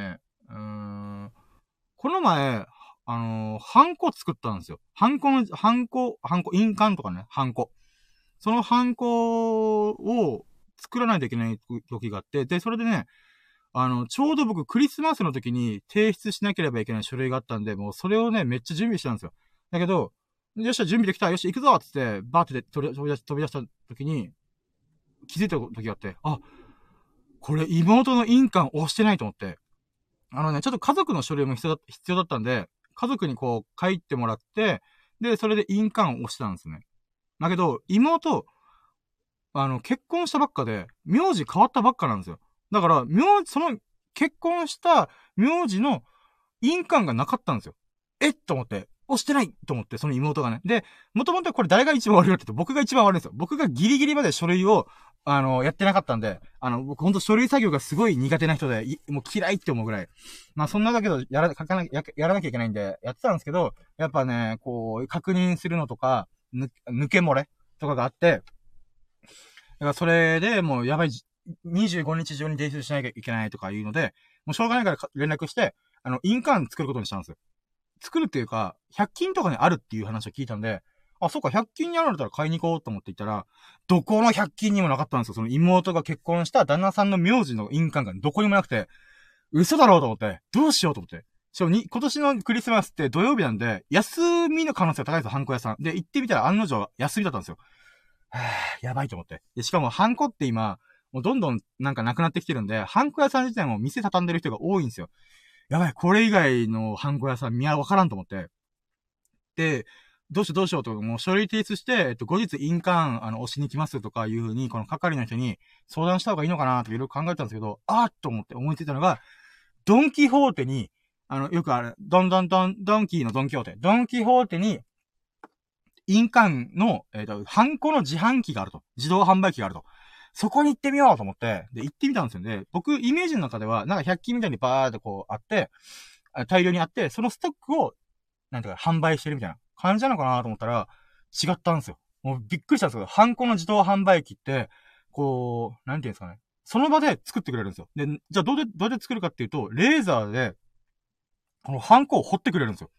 A: この前、ハンコ作ったんですよ。ハンコ、印鑑とかね、ハンコ。そのハンコを作らないといけない時があって、で、それでね、ちょうど僕クリスマスの時に提出しなければいけない書類があったんで、もうそれをね、めっちゃ準備したんですよ。だけど、よっしゃ、準備できた、よし、行くぞっつって、バーって飛び出した時に、気づいた時があって、これ妹の印鑑押してないと思って、ちょっと家族の書類も必要だったんで、家族にこう書いてもらって、で、それで印鑑を押してたんですね。だけど、妹、結婚したばっかで、名字変わったばっかなんですよ。だから、その、結婚した名字の印鑑がなかったんですよ。と思って。押してないと思って、その妹がね。で、もともとこれ誰が一番悪いかって言うと、僕が一番悪いんですよ。僕がギリギリまで書類を、やってなかったんで、僕ほんと書類作業がすごい苦手な人で、もう嫌いって思うぐらい。まあそんなだけど、やらなきゃいけないんで、やってたんですけど、やっぱね、こう、確認するのとか、抜け漏れとかがあって、だからそれでもうやばい、25日中に提出しなきゃいけないとかいうので、もうしょうがないから連絡して、印鑑作ることにしたんですよ。作るっていうか、100均とかにあるっていう話を聞いたんで、そうか、100均にあるんだったら買いに行こうと思って行ったら、どこの100均にもなかったんですよ。その妹が結婚した旦那さんの名字の印鑑がどこにもなくて、嘘だろうと思って、どうしようと思って。今年のクリスマスって土曜日なんで、休みの可能性が高いんですよ、ハンコ屋さん。で、行ってみたら案の定休みだったんですよ。やばいと思って。で、しかもハンコって今、もうどんどんなんかなくなってきてるんで、ハンコ屋さん自体も店畳んでる人が多いんですよ。やばい、これ以外のハンコ屋さんわからんと思って。で、どうしようと、もう書類提出して、後日印鑑、押しに来ますとかいう風に、この係の人に相談した方がいいのかなとかいろいろ考えたんですけど、と思って思いついたのが、ドンキホーテに、よくドンキーのドンキホーテ。ドンキホーテに、印鑑の、ハンコの自販機があると。自動販売機があると。そこに行ってみようと思って、で、行ってみたんですよね。僕、イメージの中では、なんか100均みたいにバーってこうあって、大量にあって、そのストックを、なんていうか、販売してるみたいな感じなのかなと思ったら、違ったんですよ。もうびっくりしたんですけど、ハンコの自動販売機って、こう、なんていうんですかね。その場で作ってくれるんですよ。で、じゃあどうやって作るかっていうと、レーザーで、このハンコを彫ってくれるんですよ。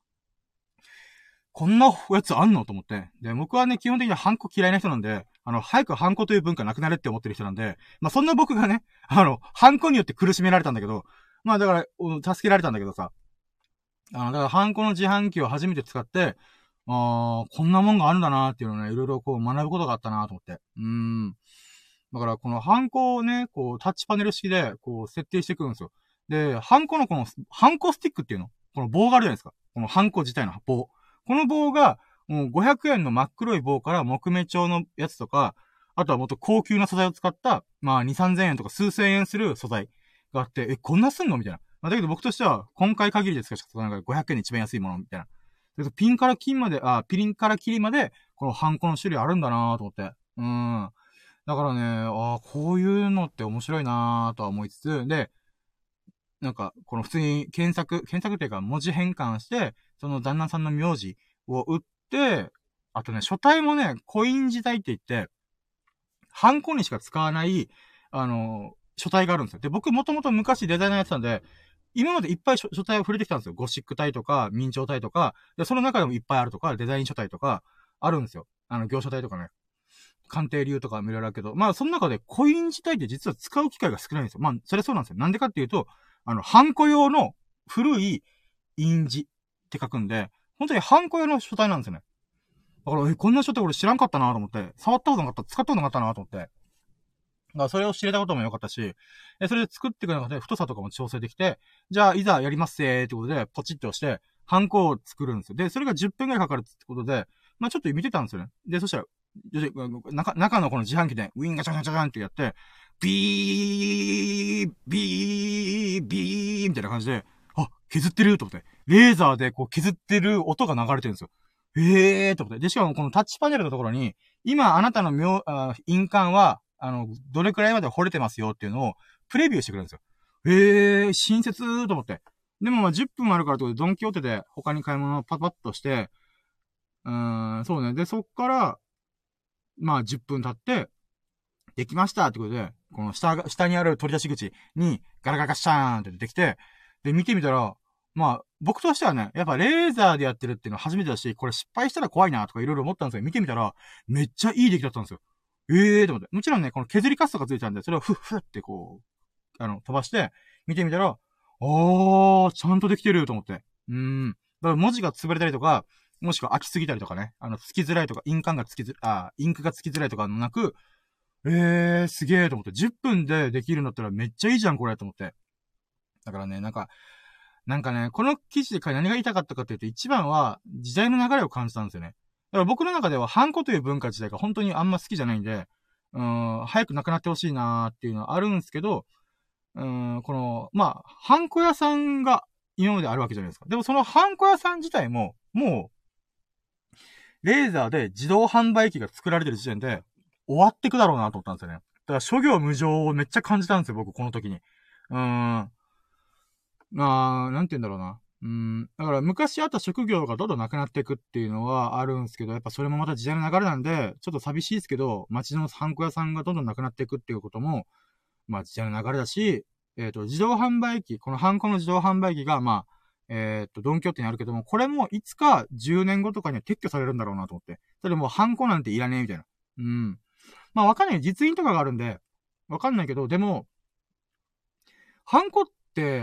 A: こんなやつあんのと思って。で、僕はね、基本的にハンコ嫌いな人なんで、早くハンコという文化なくなれって思ってる人なんで、まあ、そんな僕がね、ハンコによって苦しめられたんだけど、まあ、だから、助けられたんだけどさ、だからハンコの自販機を初めて使って、こんなもんがあるんだなーっていうのをね、いろいろこう学ぶことがあったなと思って。だからこのハンコをね、こうタッチパネル式でこう設定していくんですよ。で、ハンコのこの、ハンコスティックっていうのこの棒があるじゃないですか。このハンコ自体の棒。この棒が、 もう500円の真っ黒い棒から木目調のやつとか、あとはもっと高級な素材を使った、まあ2、3000円とか数千円する素材があって、こんなすんのみたいな。まあ、だけど僕としては、今回限りでしか使わないから500円で一番安いものみたいな。ピンから金まで、ピリンからキリまで、このハンコの種類あるんだなぁと思って。だからね、こういうのって面白いなぁとは思いつつ、で、なんか、この普通に検索っていうか文字変換して、その旦那さんの名字を打って、あとね、書体もね、コイン字体って言って、ハンコにしか使わない、書体があるんですよ。で、僕もともと昔デザイナーやってたんで、今までいっぱい書体を触れてきたんですよ。ゴシック体とか、明朝体とか、で、その中でもいっぱいあるとか、デザイン書体とか、あるんですよ。行書体とかね。鑑定流とかもいろいろあるけど、まあ、その中でコイン自体って実は使う機会が少ないんですよ。まあ、それそうなんですよ。なんでかっていうと、ハンコ用の古い印字って書くんで、本当にハンコ用の書体なんですよね。だから、こんな書体俺知らんかったなと思って、触ったことなかった、使ったことなかったなと思って。だからそれを知れたことも良かったし、それで作っていく中で太さとかも調整できて、じゃあいざやりますぜーってことで、ポチッと押して、ハンコを作るんですよ。で、それが10分くらいかかるってことで、まあちょっと見てたんですよね。で、そしたら、中のこの自販機で、ウィンガチャガチャガンってやって、ビー、ビー、ビーみたいな感じで、削ってると思って。レーザーでこう削ってる音が流れてるんですよ。と思って。で、しかもこのタッチパネルのところに、今あなたの印鑑は、どれくらいまで掘れてますよっていうのを、プレビューしてくれるんですよ。親切と思って。でもまあ10分あるからってことで、ドンキホーテで他に買い物をパパッとして、そうね。で、そっから、まあ10分経って、できましたってことで、この下にある取り出し口にガラガラガッシャーンって出てきて、で、見てみたら、まあ、僕としてはね、やっぱレーザーでやってるっていうのは初めてだし、これ失敗したら怖いなとかいろいろ思ったんですけど、見てみたら、めっちゃいい出来だったんですよ。と思って。もちろんね、この削りカスとかついたんで、それをフッフッってこう、飛ばして、見てみたら、ちゃんとできてると思って。だから文字が潰れたりとか、もしくは飽きすぎたりとかね、つきづらいとか、インクがつきづらいとかもなく、すげえと思って。10分でできるんだったらめっちゃいいじゃん、これ、と思って。だからね、なんかね、この記事で何が言いたかったかっていうと、一番は、時代の流れを感じたんですよね。だから僕の中では、ハンコという文化自体が本当にあんま好きじゃないんで、早くなくなってほしいなーっていうのはあるんですけど、まあ、ハンコ屋さんが今まであるわけじゃないですか。でもそのハンコ屋さん自体も、もう、レーザーで自動販売機が作られてる時点で、終わってくだろうなと思ったんですよね。だから諸行無常をめっちゃ感じたんですよ、僕、この時に。なんて言うんだろうな。だから昔あった職業がどんどんなくなっていくっていうのはあるんですけど、やっぱそれもまた時代の流れなんで、ちょっと寂しいですけど、街のハンコ屋さんがどんどんなくなっていくっていうことも、まあ時代の流れだし、自動販売機、このハンコの自動販売機が、まあ、ドンキョッテにあるけども、これもいつか10年後とかには撤去されるんだろうなと思って。それもうハンコなんていらねえみたいな。まあわかんない。実印とかがあるんで、わかんないけど、でも、ハンコって、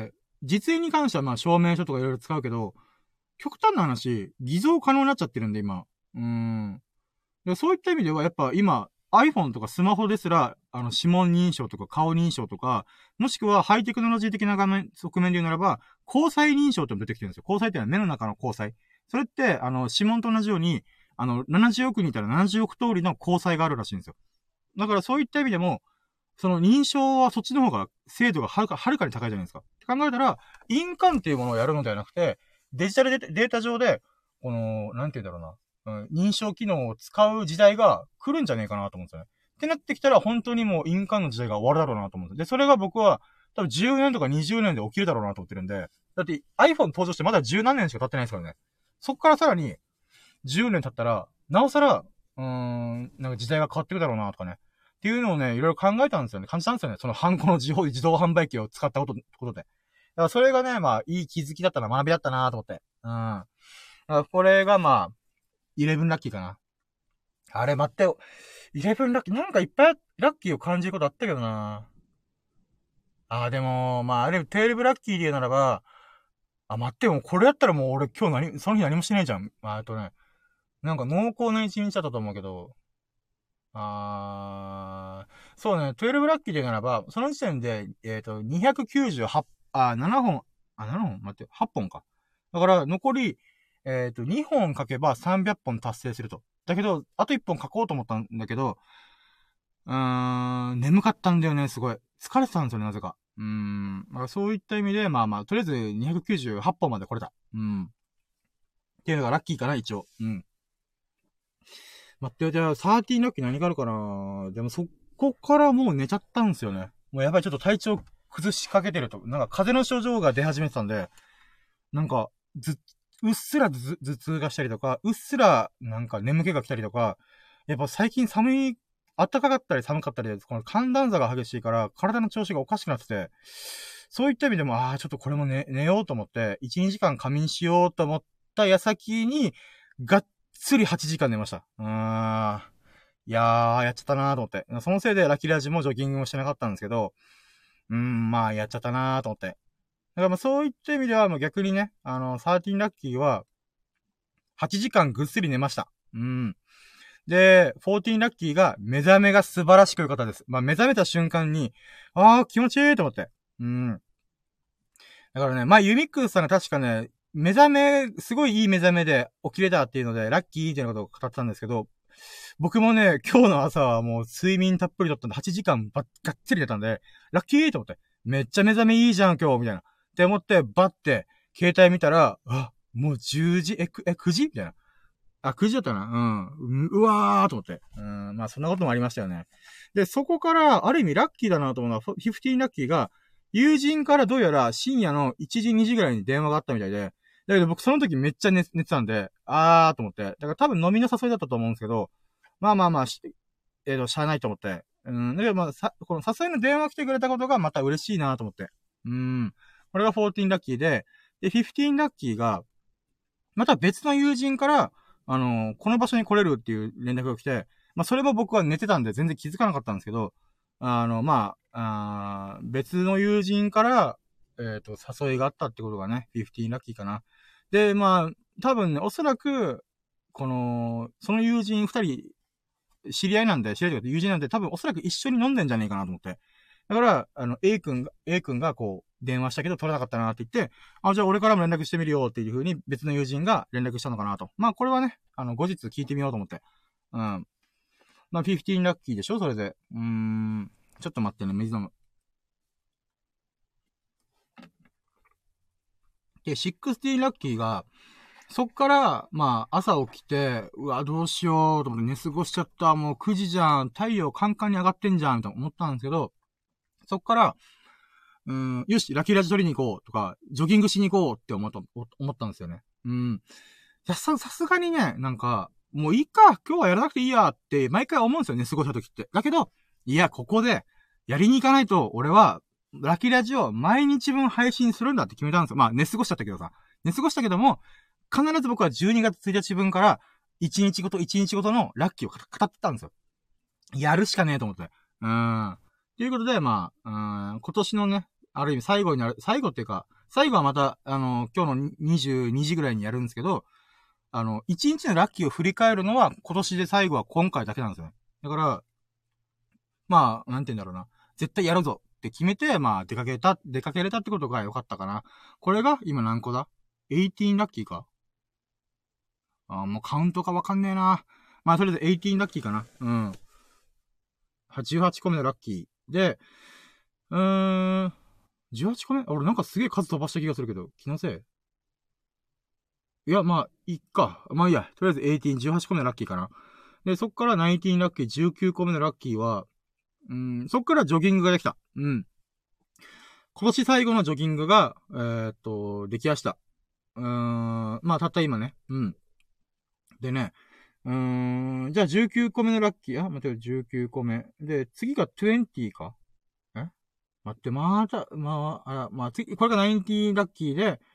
A: 実印に関してはまあ証明書とかいろいろ使うけど、極端な話、偽造可能になっちゃってるんで、今。でそういった意味では、やっぱ今、iPhone とかスマホですら、指紋認証とか顔認証とか、もしくはハイテクノロジー的な側面で言うならば、交際認証って出てきてるんですよ。交際ってのは目の中の交際。それって、指紋と同じように、70億人いたら70億通りの交際があるらしいんですよ。だからそういった意味でも、その認証はそっちの方が精度がはるかに高いじゃないですか。って考えたら、印鑑っていうものをやるのではなくて、デジタルデータ上で、この、なんて言うんだろうな、認証機能を使う時代が来るんじゃねえかなと思うんですよね。ってなってきたら、本当にもう印鑑の時代が終わるだろうなと思うんですよ。で、それが僕は、多分10年とか20年で起きるだろうなと思ってるんで、だって iPhone 登場してまだ10何年しか経ってないですからね。そっからさらに、10年経ったら、なおさら、なんか時代が変わってくだろうなとかね。っていうのをね、いろいろ考えたんですよね。感じたんですよね。そのハンコの自動販売機を使ったことで。だからそれがね、まあ、いい気づきだったな、学びだったなと思って。だからこれがまあ、11ラッキーかな。あれ、待ってよ。11ラッキー、なんかいっぱいラッキーを感じることあったけどな。でも、まあ、あれ、12ラッキーで言うならば、待ってよ、これやったらもう俺今日その日何もしてないじゃん。なんか濃厚な一日だったと思うけど、そうね、12ラッキーでならば、その時点で、298、7本、7本待って、8本か。だから、残り、 2本書けば300本達成すると。だけど、あと1本書こうと思ったんだけど、眠かったんだよね、すごい。疲れてたんですよね、なぜか。だからそういった意味で、まあまあ、とりあえず298本まで来れた。っていうのがラッキーかな、一応。待ってよ、じゃあ、13ラッキー何があるかな。でもそこからもう寝ちゃったんですよね。もうやばい、ちょっと体調崩しかけてると。なんか風邪の症状が出始めてたんで、なんか、うっすら頭痛がしたりとか、うっすらなんか眠気が来たりとか、やっぱ最近暖かかったり寒かったりで、この寒暖差が激しいから、体の調子がおかしくなってて、そういった意味でも、ちょっとこれも寝ようと思って、1、2時間仮眠しようと思った矢先に、がっつり8時間寝ました。いやー、やっちゃったなーと思って。そのせいでラキラジもジョギングもしてなかったんですけど、まあ、やっちゃったなーと思って。だからまあそういった意味では、もう逆にね、13ラッキーは、8時間ぐっすり寝ました。で、14ラッキーが、目覚めが素晴らしく良かったです。まあ、目覚めた瞬間に、気持ちいいと思って。だからね、まあ、ユミックスさんが確かね、すごいいい目覚めで起きれたっていうので、ラッキーっていうことを語ってたんですけど、僕もね、今日の朝はもう睡眠たっぷりとったんで、8時間がっつり寝たんで、ラッキーと思って、めっちゃ目覚めいいじゃん、今日、みたいな。って思って、バッて、携帯見たら、もう10時、9時みたいな。9時だったな。うわーと思って。まあそんなこともありましたよね。で、そこから、ある意味ラッキーだなと思うのは、15ラッキーが、友人からどうやら深夜の1時、2時ぐらいに電話があったみたいで、だけど僕その時めっちゃ寝てたんで、と思って。だから多分飲みの誘いだったと思うんですけど、まあまあまあ、しゃあないと思って。だけどまあ、この誘いの電話来てくれたことがまた嬉しいなと思って。これが14ラッキーで、15ラッキーが、また別の友人から、この場所に来れるっていう連絡が来て、まあ、それも僕は寝てたんで全然気づかなかったんですけど、別の友人から、誘いがあったってことがね、15ラッキーかな。で、まあ、多分ね、おそらく、その友人二人、知り合いなんで、知り合いというか友人なんで、多分おそらく一緒に飲んでんじゃねえかなと思って。だから、A 君がこう、電話したけど取れなかったなって言って、じゃあ俺からも連絡してみるよっていう風に別の友人が連絡したのかなと。まあこれはね、後日聞いてみようと思って。まあ15ラッキーでしょそれで。ちょっと待ってね、水飲む。で、16ラッキーが、そっから、まあ、朝起きて、うわ、どうしようと思って寝過ごしちゃった。もう9時じゃん。太陽カンカンに上がってんじゃん。と思ったんですけど、そっから、よし、ラッキーラジ取りに行こうとか、ジョギングしに行こうって思ったんですよね。さすがにね、なんか、もういいか、今日はやらなくていいやって毎回思うんですよね、過ごした時って。だけど、いや、ここで、やりに行かないと、俺は、ラッキーラジを毎日分配信するんだって決めたんですよ。まあ、寝過ごしちゃったけどさ。寝過ごしたけども、必ず僕は12月1日分から、1日ごと1日ごとのラッキーを語ってたんですよ。やるしかねえと思って。ということで、まあ、今年のね、ある意味最後になる、最後っていうか、最後はまた、今日の22時ぐらいにやるんですけど、1日のラッキーを振り返るのは、今年で最後は今回だけなんですよね。だから、まあ、なんて言うんだろうな。絶対やるぞって決めて、まあ、出かけれたってことが良かったかな。これが、今何個だ ?18 ラッキーかもうカウントかわかんねえな。まあ、とりあえず18ラッキーかな。18個目のラッキー。で、18個目俺なんかすげえ数飛ばした気がするけど、気のせいいや、まあ、いっか。まあいいや。とりあえず18、18個目のラッキーかな。で、そっから19ラッキー、19個目のラッキーは、そっからジョギングができた。今年最後のジョギングが、できました。まあ、たった今ね。でね、じゃあ19個目のラッキー、待ってよ、19個目。で、次が20か待って、次、これが19ラッキーで、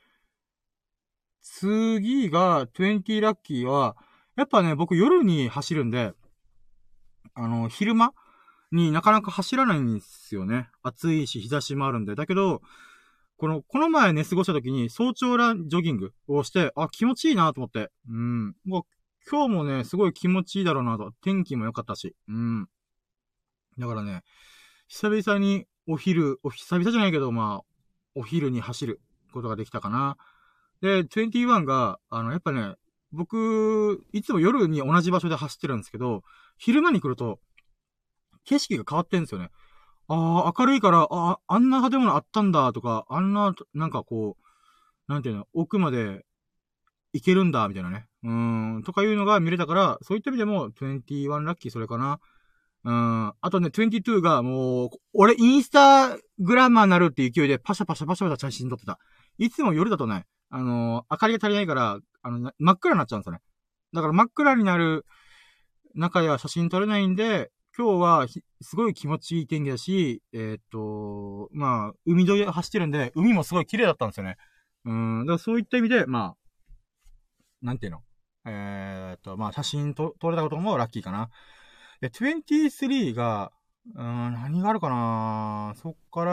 A: 次が20ラッキーは、やっぱね、僕夜に走るんで、昼間になかなか走らないんですよね。暑いし、日差しもあるんで。だけど、この前ね、過ごした時に早朝ジョギングをして、気持ちいいなと思って。もう、今日もね、すごい気持ちいいだろうなと。天気も良かったし。だからね、久々に久々じゃないけど、まあ、お昼に走ることができたかな。 で、21が、やっぱね、僕、いつも夜に同じ場所で走ってるんですけど、昼間に来ると、景色が変わってんですよね。明るいから、あんな建物あったんだとか、あんな、なんかこう、なんていうの、奥まで行けるんだ、みたいなね。とかいうのが見れたから、そういった意味でも、21ラッキーそれかな。あとね、22がもう、俺インスタグラマーになるっていう勢いでパシャパシャパシャパシャ写真撮ってた。いつも夜だとね、明かりが足りないから、真っ暗になっちゃうんですよね。だから真っ暗になる中では写真撮れないんで、今日はすごい気持ちいい天気だし、まあ、海沿い走ってるんで、海もすごい綺麗だったんですよね。だからそういった意味で、まあ、なんていうのまあ、写真撮れたこともラッキーかな。で、23が、何があるかなそっから、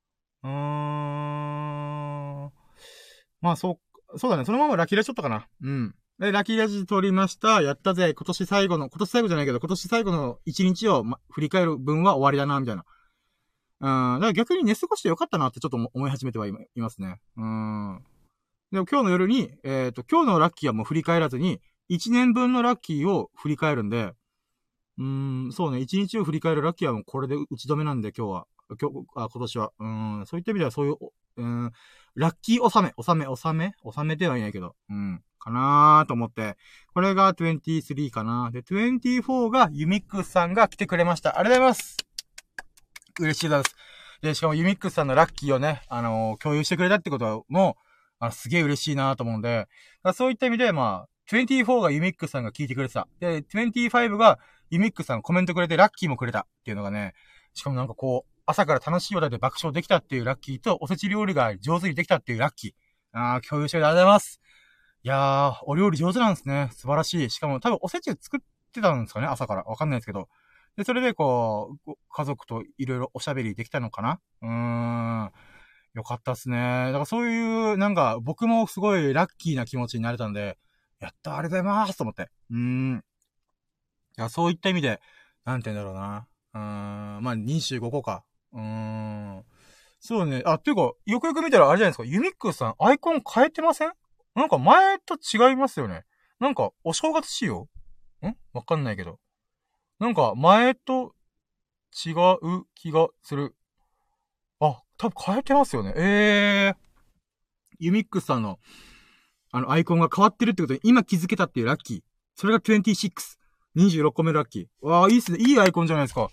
A: まあ、そうだね。そのままラッキーラジ撮ったかな。うん。で、ラッキーラジ撮りました。やったぜ。今年最後じゃないけど、今年最後の1日を、振り返る分は終わりだな、みたいな。だから逆に寝過ごしてよかったなってちょっと思い始めてはいますね。でも今日の夜に、今日のラッキーはもう振り返らずに、1年分のラッキーを振り返るんで、そうね、1日を振り返るラッキーはもうこれで打ち止めなんで今日は。今年は。そういった意味ではそういう、ラッキー収めてはいないけど、かなーと思って。これが23かな。で、24がユミックスさんが来てくれました。ありがとうございます。嬉しいです。で、しかもユミックスさんのラッキーをね、共有してくれたってことはもう、すげえ嬉しいなと思うんで、そういった意味で、まあ、24がユミックスさんが聞いてくれてた。で、25がユミックスさんコメントくれてラッキーもくれたっていうのがね、しかもなんかこう、朝から楽しい話題で爆笑できたっていうラッキーと、おせち料理が上手にできたっていうラッキー。共有してくれてありがとうございます。いやー、お料理上手なんですね。素晴らしい。しかも多分おせち作ってたんですかね、朝から。わかんないですけど。で、それでこう、家族といろいろおしゃべりできたのかなよかったっすね。だからそういう、なんか、僕もすごいラッキーな気持ちになれたんで、やったありがとうございますと思って。いや、そういった意味で、なんて言うんだろうな。まあ、25個か。そうね。ていうか、よくよく見たらあれじゃないですか。ユミックスさん、アイコン変えてません？なんか前と違いますよね。なんか、お正月仕様わかんないけど。なんか、前と違う気がする。多分変えてますよね。ユミックスさんの、アイコンが変わってるってことに今気づけたっていうラッキー。それが26。26個目ラッキー。わー、いいっすね。いいアイコンじゃないですか。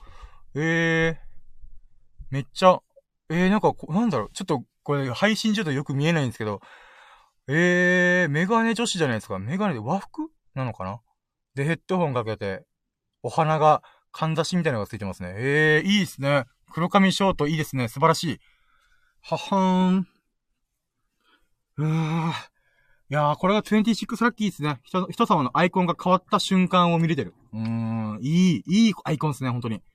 A: めっちゃ、なんか、なんだろう。ちょっと、これ、配信中だとよく見えないんですけど、メガネ女子じゃないですか。メガネで和服なのかなで、ヘッドホンかけて、お花が、かんざしみたいなのがついてますね。いいですね。黒髪ショートいいですね。素晴らしい。ははーん。いやー、これが26ラッキーですね。人様のアイコンが変わった瞬間を見れてる。いいアイコンですね、本当に。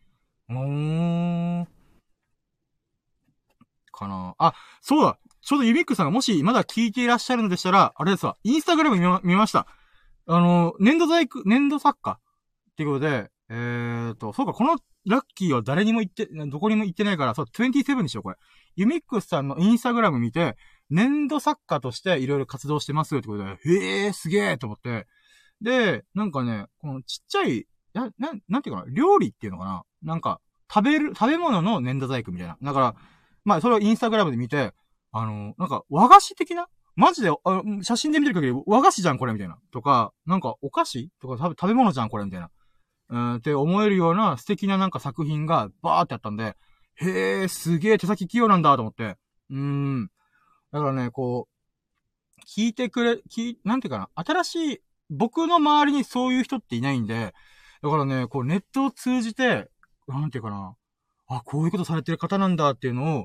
A: かなそうだ。ちょうどユミックさんがもしまだ聞いていらっしゃるのでしたら、あれですわ。インスタグラム見ました。粘土作家っていうことで、そうか、このラッキーは誰にもどこにも言ってないから、そう、27にしよう、これ。ユミックスさんのインスタグラム見て、粘土作家としていろいろ活動してますってことで、すげーと思って。で、なんかね、このちっちゃい、なんていうかな、料理っていうのかななんか、食べ物の粘土細工みたいな。だから、まあ、それをインスタグラムで見て、なんか、和菓子的なマジで、写真で見てる限り和菓子じゃん、これ、みたいな。とか、なんか、お菓子とか食べ物じゃん、これ、みたいな。って思えるような素敵ななんか作品がバーってあったんで、すげえ手先器用なんだと思って。だからね、こう、なんていうかな、新しい、僕の周りにそういう人っていないんで、だからね、こうネットを通じて、なんていうかな、こういうことされてる方なんだっていうのを、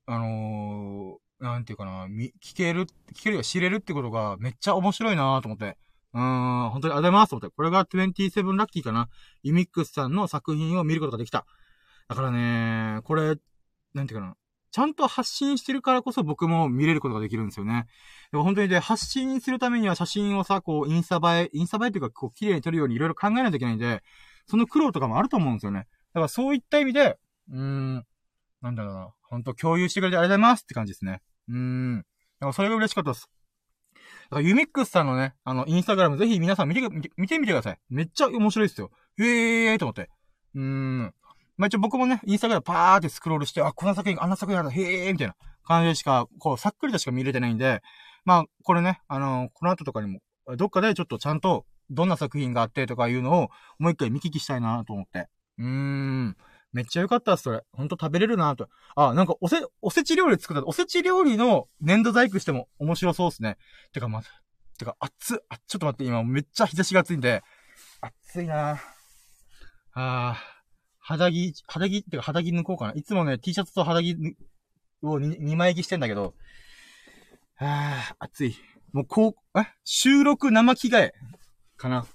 A: なんていうかな、聞けるよ、知れるってことがめっちゃ面白いなと思って。本当にありがとうございますと思って。これが27ラッキーかな。ユミックスさんの作品を見ることができた。だからね、これ、なんていうかな。ちゃんと発信してるからこそ僕も見れることができるんですよね。でも本当にね、発信するためには写真をさ、こう、インスタ映えっていうか、こう、綺麗に撮るようにいろいろ考えないといけないんで、その苦労とかもあると思うんですよね。だからそういった意味で、なんだろうな。本当共有してくれてありがとうございますって感じですね。だからそれが嬉しかったです。 からユミックスさんのね、インスタグラムぜひ皆さん見てみてください。めっちゃ面白いですよ。と思って。まあ、一応僕もね、インスタグラムパーってスクロールして、あ、この作品、あんな作品ある、みたいな感じでしか、こう、さっくりとしか見れてないんで、まあ、これね、この後とかにも、どっかでちょっとちゃんと、どんな作品があってとかいうのを、もう一回見聞きしたいなと思って。めっちゃ良かったっす、それ。ほんと食べれるなと。あ、なんかおせち料理作った、おせち料理の粘土細工しても面白そうっすね。てか、ちょっと待って、今めっちゃ日差しが暑いんで、暑いな肌着抜こうかな。いつもね、T シャツと肌着を2枚着してんだけど、暑い。もう収録生着替えかな。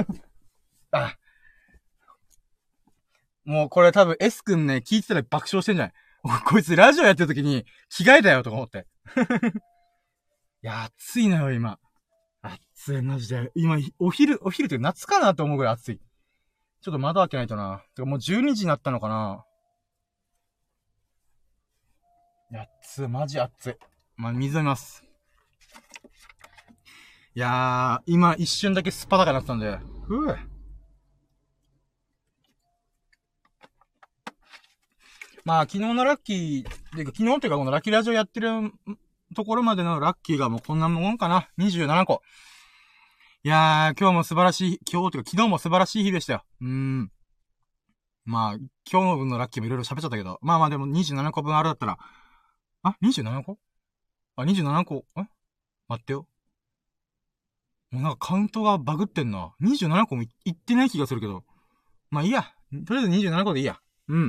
A: もうこれ多分 S 君ね、聞いてたら爆笑してんじゃないこいつラジオやってる時に着替えたよとか思って。いや、暑いのよ、今。暑い、マジで。今、お昼って夏かなと思うぐらい暑い。ちょっと窓開けないとな。てかもう12時になったのかな。マジ暑い。まあ、水飲みます。いやー、今一瞬だけスパダカになってたんで。まあ、昨日のラッキー、昨日っていうかこのラッキーラジオやってるところまでのラッキーがもうこんなもんかな。27個。いやー、今日も素晴らしい、昨日も素晴らしい日でしたよ。まあ、今日の分のラッキーもいろいろ喋っちゃったけど、まあでも27個分あるだったら、27個27個待ってよ。もうなんかカウントがバグってんな。27個もいってない気がするけど。まあいいや。とりあえず27個でいいや。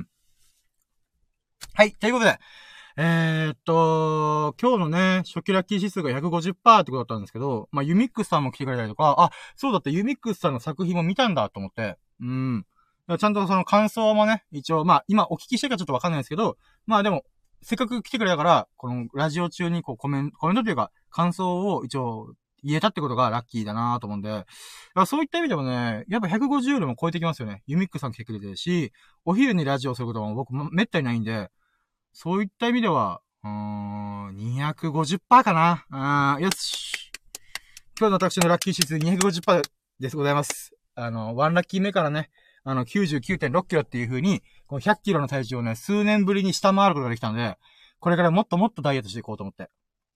A: はい、ということで。今日のね、初期ラッキー指数が 150% ってことだったんですけど、まあ、ユミックスさんも来てくれたりとか、そうだってユミックスさんの作品も見たんだと思って、ちゃんとその感想もね、一応、まあ、今お聞きしてるかちょっとわかんないですけど、まあでも、せっかく来てくれたから、このラジオ中にこうコメントというか、感想を一応言えたってことがラッキーだなと思うんで、そういった意味でもね、やっぱ150よりも超えてきますよね。ユミックスさん来てくれてるし、お昼にラジオすることも僕めったにないんで、そういった意味では、250%かな。よし。今日の私のラッキー指数250%でございます。ワンラッキー目からね、99.6 キロっていう風に、この100キロの体重をね、数年ぶりに下回ることができたので、これからもっともっとダイエットしていこうと思って。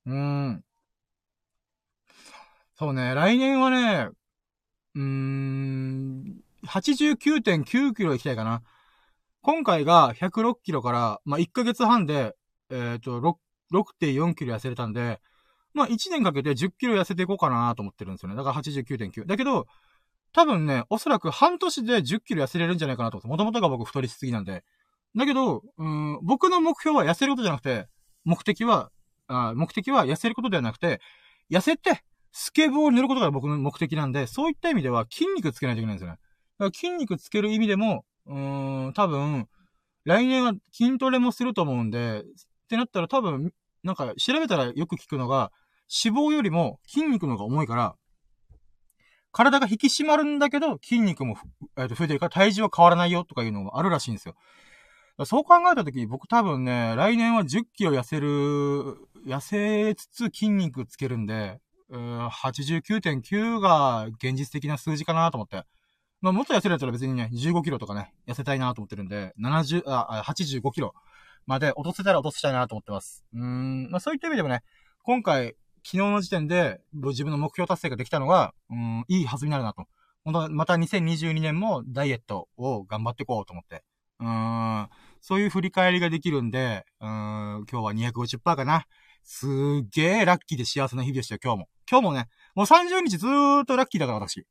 A: そうね、来年はね、89.9 キロ行きたいかな。今回が106キロから、まあ、1ヶ月半で、6.4 キロ痩せれたんで、まあ、1年かけて10キロ痩せていこうかなと思ってるんですよね。だから 89.9。だけど、多分ね、おそらく半年で10キロ痩せれるんじゃないかなと思って。もともとが僕太りすぎなんで。だけど、僕の目標は痩せることじゃなくて、目的は痩せることではなくて、痩せて、スケボーに乗ることが僕の目的なんで、そういった意味では筋肉つけないといけないんですよね。だから筋肉つける意味でも、多分、来年は筋トレもすると思うんで、ってなったら多分、なんか調べたらよく聞くのが、脂肪よりも筋肉の方が重いから、体が引き締まるんだけど、筋肉も増えてるから体重は変わらないよとかいうのがあるらしいんですよ。そう考えたとき、僕多分ね、来年は10キロ痩せつつ筋肉つけるんで、89.9 が現実的な数字かなと思って。まあ、もっと痩せるやつら別にね、15キロとかね、痩せたいなと思ってるんで、85キロまで落とせたら落としたいなと思ってます。まあ、そういった意味でもね、今回、昨日の時点で、自分の目標達成ができたのが、いいはずになるなと。本当また2022年もダイエットを頑張っていこうと思って。そういう振り返りができるんで、今日は 250% かな。すっげーラッキーで幸せな日でしたよ、今日も。今日もね、もう30日ずーっとラッキーだから私。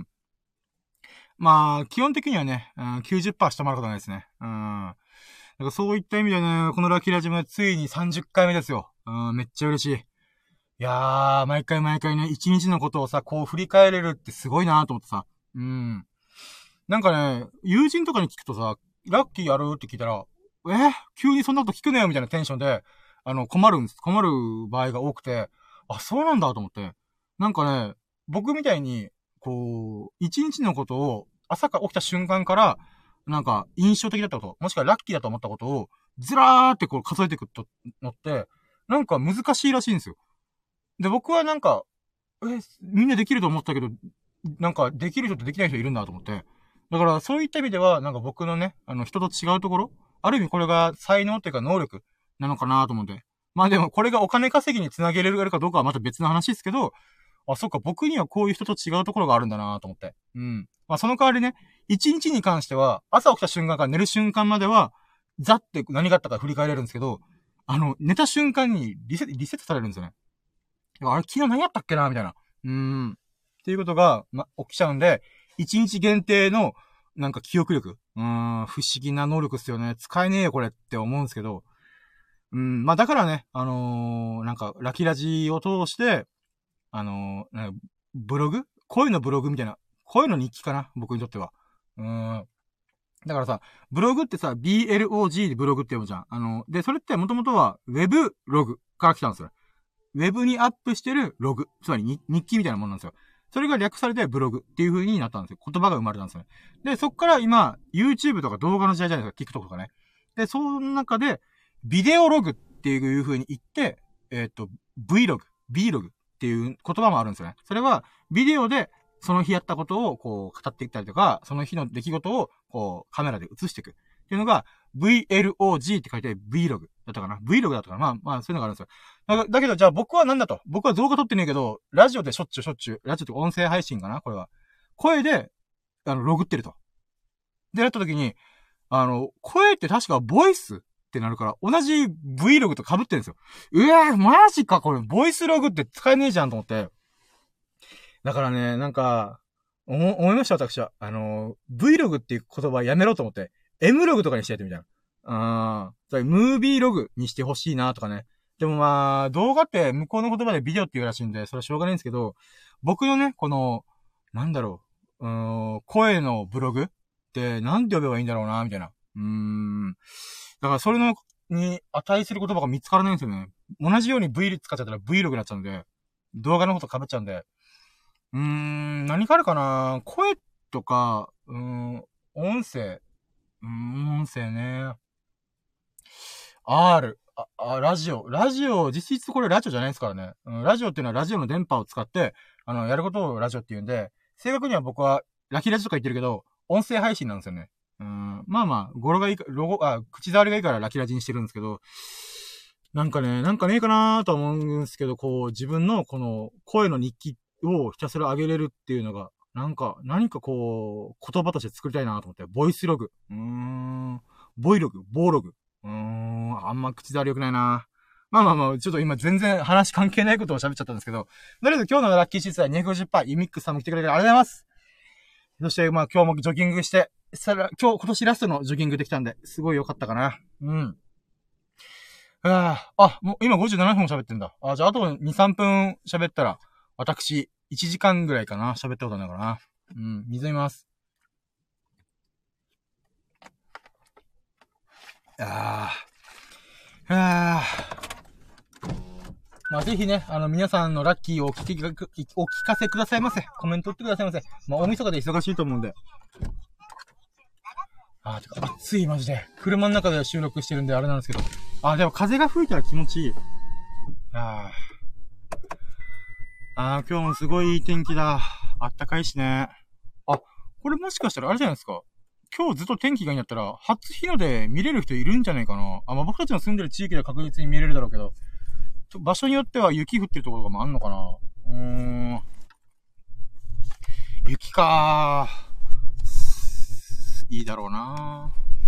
A: まあ、基本的にはね、90% 下回ることないですね。だからそういった意味でね、このラッキーラジオもついに30回目ですよ。めっちゃ嬉しい。いやー、毎回ね、一日のことをさ、こう振り返れるってすごいなーと思ってさ。なんかね、友人とかに聞くとさ、ラッキーやるって聞いたら、急にそんなこと聞くねよみたいなテンションで、困る場合が多くて、そうなんだと思って。なんかね、僕みたいに、こう、一日のことを、朝から起きた瞬間から、なんか、印象的だったこと、もしくはラッキーだと思ったことを、ずらーってこう数えていくのって、なんか難しいらしいんですよ。で、僕はなんか、 みんなできると思ったけど、なんか、できる人とできない人いるんだと思って。だから、そういった意味では、なんか僕のね、人と違うところ、ある意味これが才能っていうか能力なのかなと思って。まあでも、これがお金稼ぎにつなげれるかどうかはまた別の話ですけど、あ、そっか、僕にはこういう人と違うところがあるんだなと思って。うん。まあその代わりね、一日に関しては、朝起きた瞬間から寝る瞬間までは、ざって何があったか振り返れるんですけど、寝た瞬間にリセットされるんですよね。あれ、昨日何やったっけなみたいな。っていうことが、起きちゃうんで、一日限定の、なんか記憶力。不思議な能力っすよね。使えねえよ、これって思うんですけど。まあ、だからね、なんか、ラキラジを通して、なんかブログ声のブログみたいな。声の日記かな僕にとっては。だからさ、ブログってさ、BLOG でブログって読むじゃん。で、それってもともとは、ウェブログから来たんですよ。ウェブにアップしてるログ。つまり日記みたいなものなんですよ。それが略されてブログっていう風になったんですよ。言葉が生まれたんですよね。で、そっから今、YouTube とか動画の時代じゃないですか。TikTok とかね。で、その中で、ビデオログっていう風に言って、Vlog、Vlog っていう言葉もあるんですよね。それは、ビデオで、その日やったことを、こう、語っていったりとか、その日の出来事を、こう、カメラで映していく。っていうのが、VLOG って書いて Vlog だったかな ?Vlog だったかなまあ、そういうのがあるんですよ。だけど、じゃあ僕は何だと僕は動画撮ってねえけど、ラジオでしょっちゅう、ラジオって音声配信かなこれは。声で、ログってると。で、やった時に、声って確かボイスってなるから、同じ Vlog と被ってるんですよ。マジかこれ、ボイスログって使えねえじゃんと思って。だからね、なんか、思いました、私は。Vlog っていう言葉やめろと思って、M ログとかにしてやってみたいな。ムービーログにしてほしいなとかね。でもまあ、動画って向こうの言葉でビデオって言うらしいんで、それはしょうがないんですけど、僕のね、この、なんだろう、声のブログってなんて呼べばいいんだろうな、みたいな。だからそれの、に値する言葉が見つからないんですよね。同じように V 使っちゃったら Vlog になっちゃうんで、動画のこと被っちゃうんで、何かあるかな声とか、音声。音声ね。R。ラジオ。実質これラジオじゃないですからね。ラジオっていうのはラジオの電波を使って、やることをラジオって言うんで、正確には僕は、ラキラジとか言ってるけど、音声配信なんですよね。まあまあ、語呂がいいか、口触りがいいからラキラジにしてるんですけど、なんかねえかなーと思うんですけど、こう、自分のこの声の日記をひたすら上げれるっていうのが、何かこう、言葉として作りたいなと思って、ボイスログ。ボイログ、ボーログ。あんま口触り良くないな。まあ、ちょっと今全然話関係ないことを喋っちゃったんですけど、とりあえず今日のラッキーシーツは250%、ユミックスさんも来てくれてありがとうございます。そしてまあ今日もジョギングして、今年ラストのジョギングできたんで、すごい良かったかな。もう今57分喋ってんだ。じゃああと2、3分喋ったら、私、1時間ぐらいかな喋ったことないからな。水飲みます。まあ、ぜひね、皆さんのラッキーをお聞かせくださいませ。コメント打ってくださいませ。まあ、大晦日で忙しいと思うんで。てか、暑い、マジで。車の中で収録してるんであれなんですけど。でも風が吹いたら気持ちいい。今日もすごいいい天気だ。あったかいしね。これもしかしたらあれじゃないですか。今日ずっと天気がいいんやったら、初日の出見れる人いるんじゃないかな。まあ、僕たちの住んでる地域では確実に見れるだろうけど、場所によっては雪降ってるところとかもあんのかな。雪かー。いいだろうな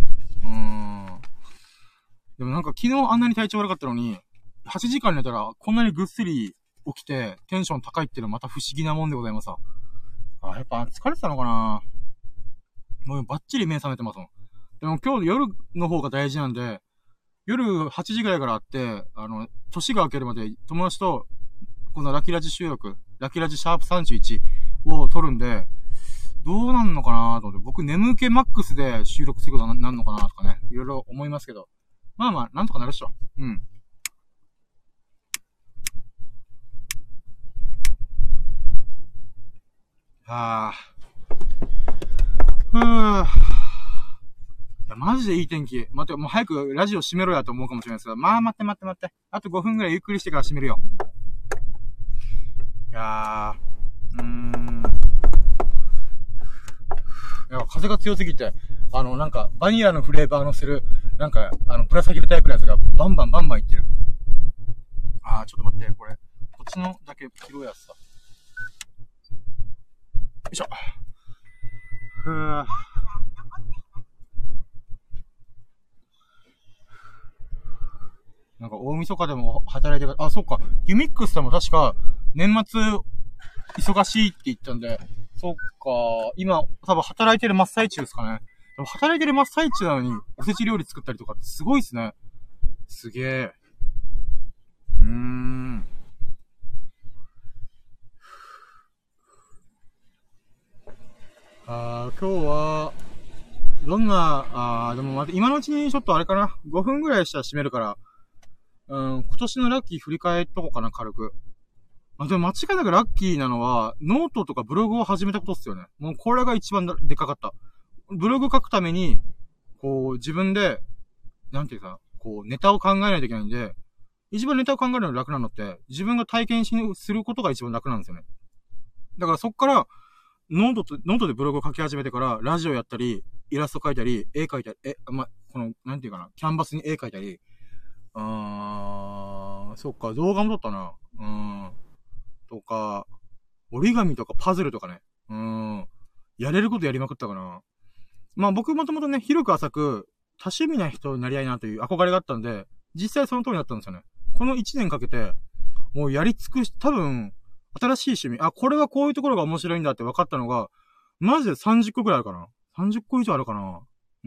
A: でもなんか昨日あんなに体調悪かったのに、8時間寝たらこんなにぐっすり起きてテンション高いっていうのはまた不思議なもんでございますわ。やっぱ疲れてたのかなもうバッチリ目覚めてますもん。でも今日夜の方が大事なんで、夜8時ぐらいから会って、年が明けるまで友達と、このラキラジ収録、ラキラジシャープ31を撮るんで、どうなんのかなと思って、僕眠気マックスで収録することになるのかなとかね、いろいろ思いますけど。まあ、なんとかなるっしょ。いや、マジでいい天気。待って、もう早くラジオ閉めろやと思うかもしれないですけど、待って。あと5分ぐらいゆっくりしてから閉めるよ。いやいや、風が強すぎて、なんか、バニラのフレーバーのする、なんか、ぶら下げるタイプのやつが、バンバンいってる。ちょっと待って、これ。こっちのだけ拾うやつさ。よいしょ。なんか、大晦日でも働いてる、そうか。ユミックスでも確か、年末、忙しいって言ったんで、そっか。今、多分働いてる真っ最中ですかね。でも働いてる真っ最中なのに、おせち料理作ったりとかってすごいっすね。すげえ。今日は、どんな、でも待って、今のうちにちょっとあれかな。5分ぐらいしたら閉めるから、今年のラッキー振り返っとこうかな、軽く。でも間違いなくラッキーなのは、ノートとかブログを始めたことっすよね。もうこれが一番でかかった。ブログ書くために、こう、自分で、なんていうか、こう、ネタを考えないといけないんで、一番ネタを考えるのが楽なのって、自分が体験することが一番楽なんですよね。だからそっから、ノートでブログを書き始めてから、ラジオやったり、イラスト描いたり、絵描いたり、この、なんていうかな、キャンバスに絵描いたり、そっか、動画も撮ったな。とか、折り紙とかパズルとかね。やれることやりまくったかな。僕もともとね、広く浅く、多趣味な人になりたいなという憧れがあったんで、実際その通りだったんですよね。この1年かけて、もうやり尽くし、多分、新しい趣味、これはこういうところが面白いんだって分かったのが、マジで30個くらいあるかな。30個以上あるかな。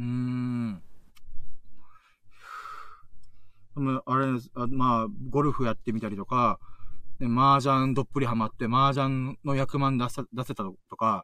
A: あれです。ゴルフやってみたりとか、で、麻雀どっぷりハマって、麻雀の役満出せたとか、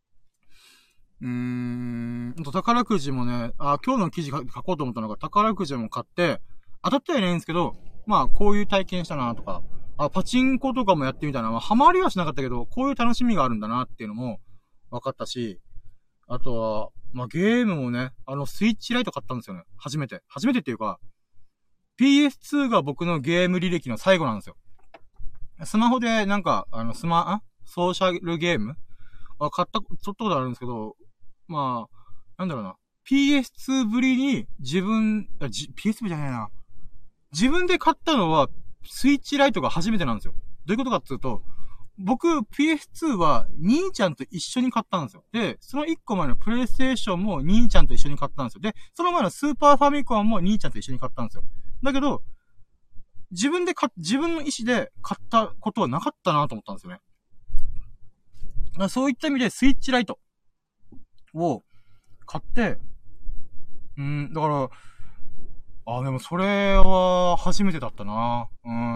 A: 宝くじもね、今日の記事書こうと思ったのが、宝くじも買って、当たってはいないんですけど、こういう体験したなとか、パチンコとかもやってみたな。ハマりはしなかったけど、こういう楽しみがあるんだなっていうのも分かったし、あとは、ゲームもね、スイッチライト買ったんですよね。初めてっていうか、PS2 が僕のゲーム履歴の最後なんですよ。スマホでなんか、ソーシャルゲームちょっとことあるんですけど、なんだろうな。PS2 ぶりにPS2 じゃないな。自分で買ったのは、スイッチライトが初めてなんですよ。どういうことかっていうと、僕、PS2 は、兄ちゃんと一緒に買ったんですよ。で、その1個前のプレイステーションも兄ちゃんと一緒に買ったんですよ。で、その前のスーパーファミコンも兄ちゃんと一緒に買ったんですよ。だけど、自分の意思で買ったことはなかったなと思ったんですよね。そういった意味で、スイッチライトを買って、だから、でもそれは初めてだったな。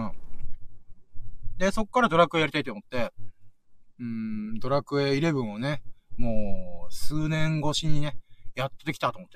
A: で、そっからドラクエやりたいと思って、ドラクエ11をね、もう、数年越しにね、やっとできたと思って。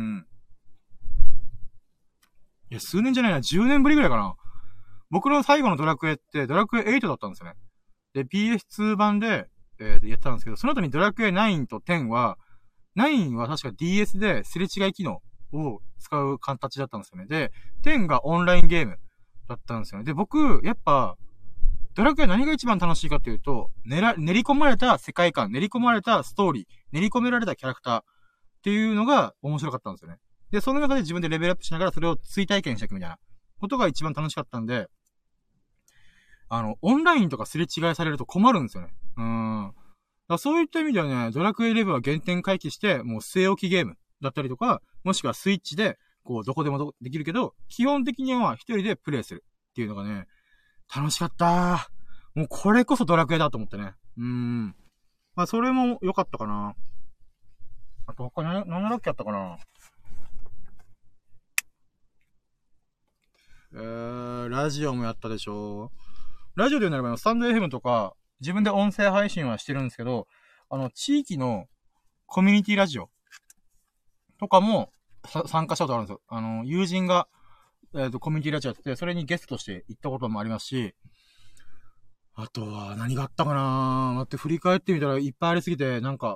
A: いや、数年じゃないな、10年ぶりぐらいかな。僕の最後のドラクエって、ドラクエ8だったんですよね。で、PS2 版で、やってたんですけど、その後にドラクエ9と10は、9は確か DS ですれ違い機能を使う形だったんですよね。で、10がオンラインゲームだったんですよね。で、僕、やっぱ、ドラクエ何が一番楽しいかっていうと、練り込まれた世界観、練り込まれたストーリー、練り込められたキャラクターっていうのが面白かったんですよね。で、その中で自分でレベルアップしながらそれを追体験していくみたいなことが一番楽しかったんで、オンラインとかすれ違いされると困るんですよね。そういった意味ではね、ドラクエ11は原点回帰して、もう据え置きゲームだったりとか、もしくはスイッチで、こう、どこでもできるけど、基本的には一人でプレイするっていうのがね、楽しかったー。もうこれこそドラクエだと思ってね。それも良かったかな。あと他何ラッキーあったかな。ラジオもやったでしょ。ラジオでなればスタンド FM とか、自分で音声配信はしてるんですけど、地域のコミュニティラジオとかも参加したことあるんですよ。友人が、コミュニティラジオやってて、それにゲストとして行ったこともありますし、あとは何があったかな。待って、振り返ってみたらいっぱいありすぎて、なんか、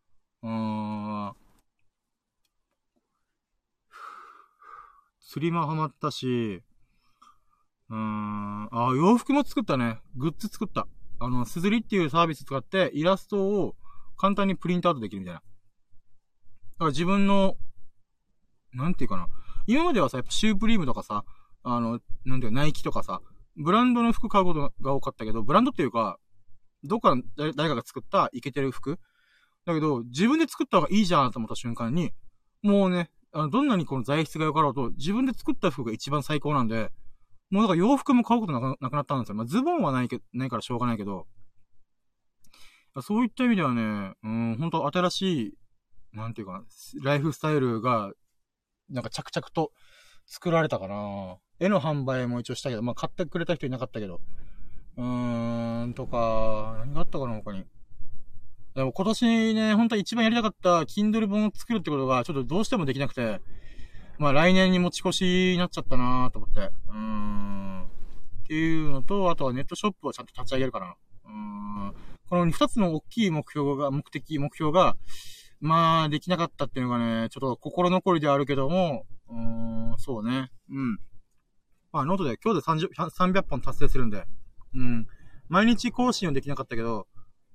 A: 釣りもハマったし、洋服も作ったね。グッズ作った。 すずりっていうサービス使ってイラストを簡単にプリントアウトできるみたいな。だから自分の、なんていうかな。今まではさ、やっぱシュープリームとかさ、なんていうか、ナイキとかさ、ブランドの服買うことが多かったけど、ブランドっていうか、どっか誰かが作ったイケてる服だけど、自分で作った方がいいじゃんと思った瞬間に、もうね、どんなにこの材質が良かろうと、自分で作った服が一番最高なんで、もうだから洋服も買うことなくなったんですよ。まあ、ズボンはないからしょうがないけど、そういった意味ではね、本当新しい、なんていうかな、ライフスタイルが、なんか着々と作られたかな。絵の販売も一応したけど、まあ、買ってくれた人いなかったけど、とか、何があったかな、他に。でも今年ね、本当は一番やりたかった Kindle 本を作るってことが、ちょっとどうしてもできなくて、まあ来年に持ち越しになっちゃったなと思って。っていうのと、あとはネットショップをちゃんと立ち上げるかな。この二つの大きい目標が、まあ、できなかったっていうのがね、ちょっと心残りではあるけども、そうね。まあ、ノートで今日で300本達成するんで、毎日更新はできなかったけど、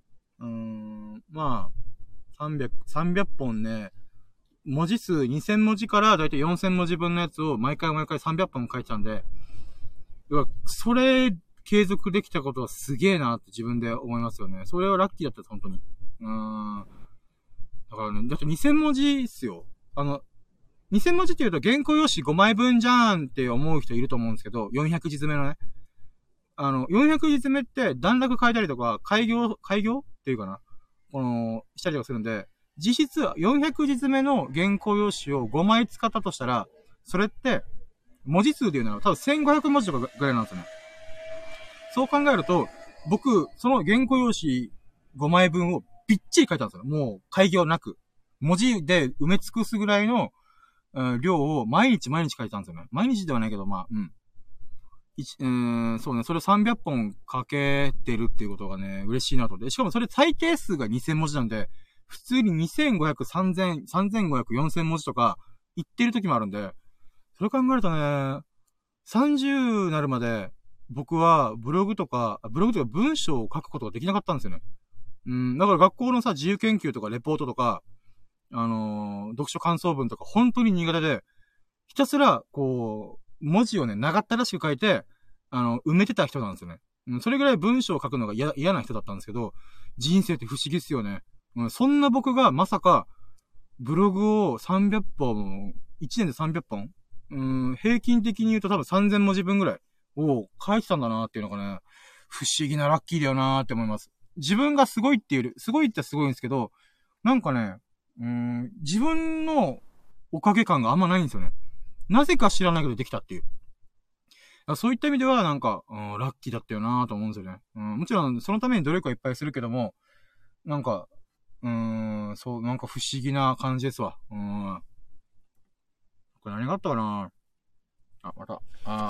A: まあ、300本ね、文字数2000文字からだいたい4000文字分のやつを毎回300本書いてたんで、それ継続できたことはすげえなって自分で思いますよね。それはラッキーだったです、本当に。だからね、だって2000文字っすよ。2000文字って言うと原稿用紙5枚分じゃんって思う人いると思うんですけど、400字詰めのね。400字詰めって段落変えたりとか、開業っていうかな。したりとかするんで、実質400字詰めの原稿用紙を5枚使ったとしたら、それって、文字数で言うなら多分1500文字とかぐらいなんですよね。そう考えると、僕、その原稿用紙5枚分をびっちり書いたんですよ。もう、開業なく。文字で埋め尽くすぐらいの、量を毎日書いたんですよね。毎日ではないけど、まあ、そうね、それ300本書けてるっていうことがね、嬉しいなと。で、しかもそれ最低数が2000文字なんで、普通に2500、3000、3500、4000文字とか言ってる時もあるんで、それ考えるとね、30なるまで、僕はブログとか文章を書くことができなかったんですよね。だから学校のさ、自由研究とかレポートとか、読書感想文とか本当に苦手で、ひたすら、こう、文字をね、長ったらしく書いて、埋めてた人なんですよね。それぐらい文章を書くのが嫌な人だったんですけど、人生って不思議っすよね。そんな僕がまさか、ブログを300本、1年で300本平均的に言うと多分3000文字分ぐらいを書いてたんだなっていうのがね、不思議なラッキーだよなーって思います。自分がすごいっていうより、すごいってすごいんですけど、なんかね、自分のおかげ感があんまないんですよね。なぜか知らないけどできたっていう。そういった意味ではなんか、ラッキーだったよなーと思うんですよね。もちろんそのために努力はいっぱいするけども、なんか、そう、なんか不思議な感じですわ。これ何があったかなまた。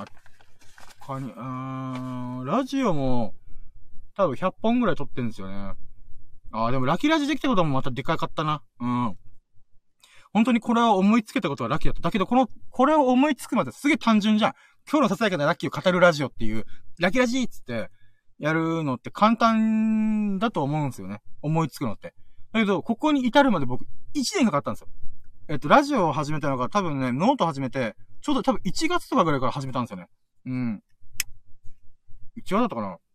A: ラジオも、多分100本ぐらい撮ってるんですよね。でもラキラジできたこともまたでかかったな。本当にこれを思いつけたことはラッキーだった。だけどこれを思いつくまですげえ単純じゃん。今日のささやかなラッキーを語るラジオっていう、ラキラジーっつって、やるのって簡単だと思うんですよね。思いつくのって。だけど、ここに至るまで僕、1年かかったんですよ。ラジオを始めたのが多分ね、ノート始めて、ちょうど多分1月とかぐらいから始めたんですよね。1月だったかな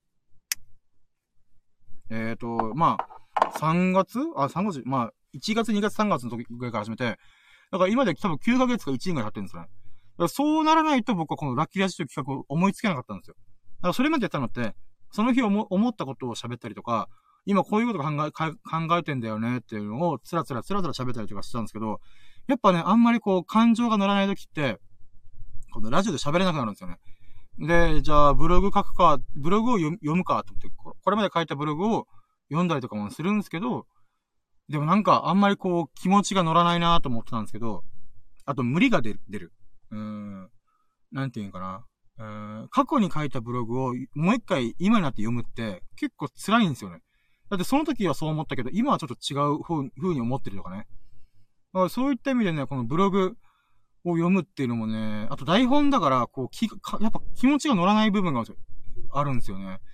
A: まあ、3月、まあ、1月、2月、3月の時ぐらいから始めて、だから今で多分9ヶ月か1年ぐらい経ってるんですよね。だからそうならないと僕はこのラッキーラジという企画を思いつけなかったんですよ。だからそれまでやったのって、その日思ったことを喋ったりとか、今こういうこと考えてんだよねっていうのをつらつら喋ったりとかしてたんですけど、やっぱね、あんまりこう感情が乗らない時って、このラジオで喋れなくなるんですよね。で、じゃあブログを読むかって言って、これまで書いたブログを読んだりとかもするんですけど、でもなんかあんまりこう気持ちが乗らないなと思ってたんですけど、あと無理が出る。なんていうんかな。過去に書いたブログをもう一回今になって読むって結構辛いんですよね。だってその時はそう思ったけど、今はちょっと違う風に思ってるとかね。だからそういった意味でね、このブログを読むっていうのもね、あと台本だから、こうやっぱ気持ちが乗らない部分があるんですよね。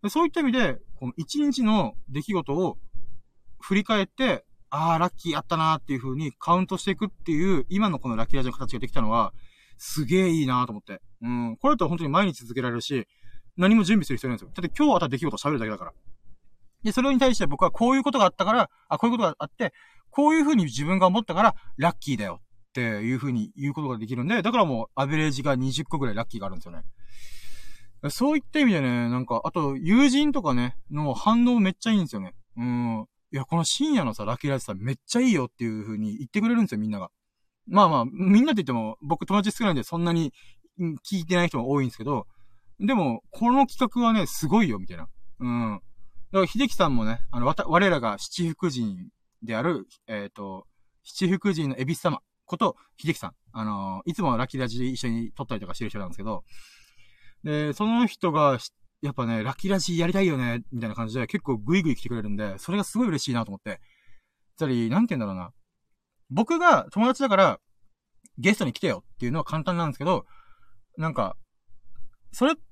A: そういった意味で、この一日の出来事を振り返って、ラッキーあったなーっていう風にカウントしていくっていう、今のこのラッキーラジオの形ができたのは、すげえいいなーと思って。これだと本当に毎日続けられるし、何も準備する必要ないんですよ。だって今日あった出来事を喋るだけだから。で、それに対して僕はこういうことがあったから、こういうことがあって、こういう風に自分が思ったから、ラッキーだよっていう風に言うことができるんで、だからもうアベレージが20個ぐらいラッキーがあるんですよね。そういった意味でね、なんか、あと、友人とかね、の反応めっちゃいいんですよね。いや、この深夜のさ、ラッキーライツさんめっちゃいいよっていう風に言ってくれるんですよ、みんなが。まあまあ、みんなって言っても、僕友達少ないんでそんなに聞いてない人も多いんですけど、でも、この企画はね、すごいよ、みたいな。だから、秀樹さんもね、我らが七福神である、七福神のエビス様こと、秀樹さん。いつもラッキーラジ一緒に撮ったりとかしてる人なんですけど、で、その人が、やっぱね、ラッキーラジやりたいよね、みたいな感じで結構グイグイ来てくれるんで、それがすごい嬉しいなと思って。つまり、なんて言うんだろうな。僕が友達だから、ゲストに来てよっていうのは簡単なんですけど、なんか、それって、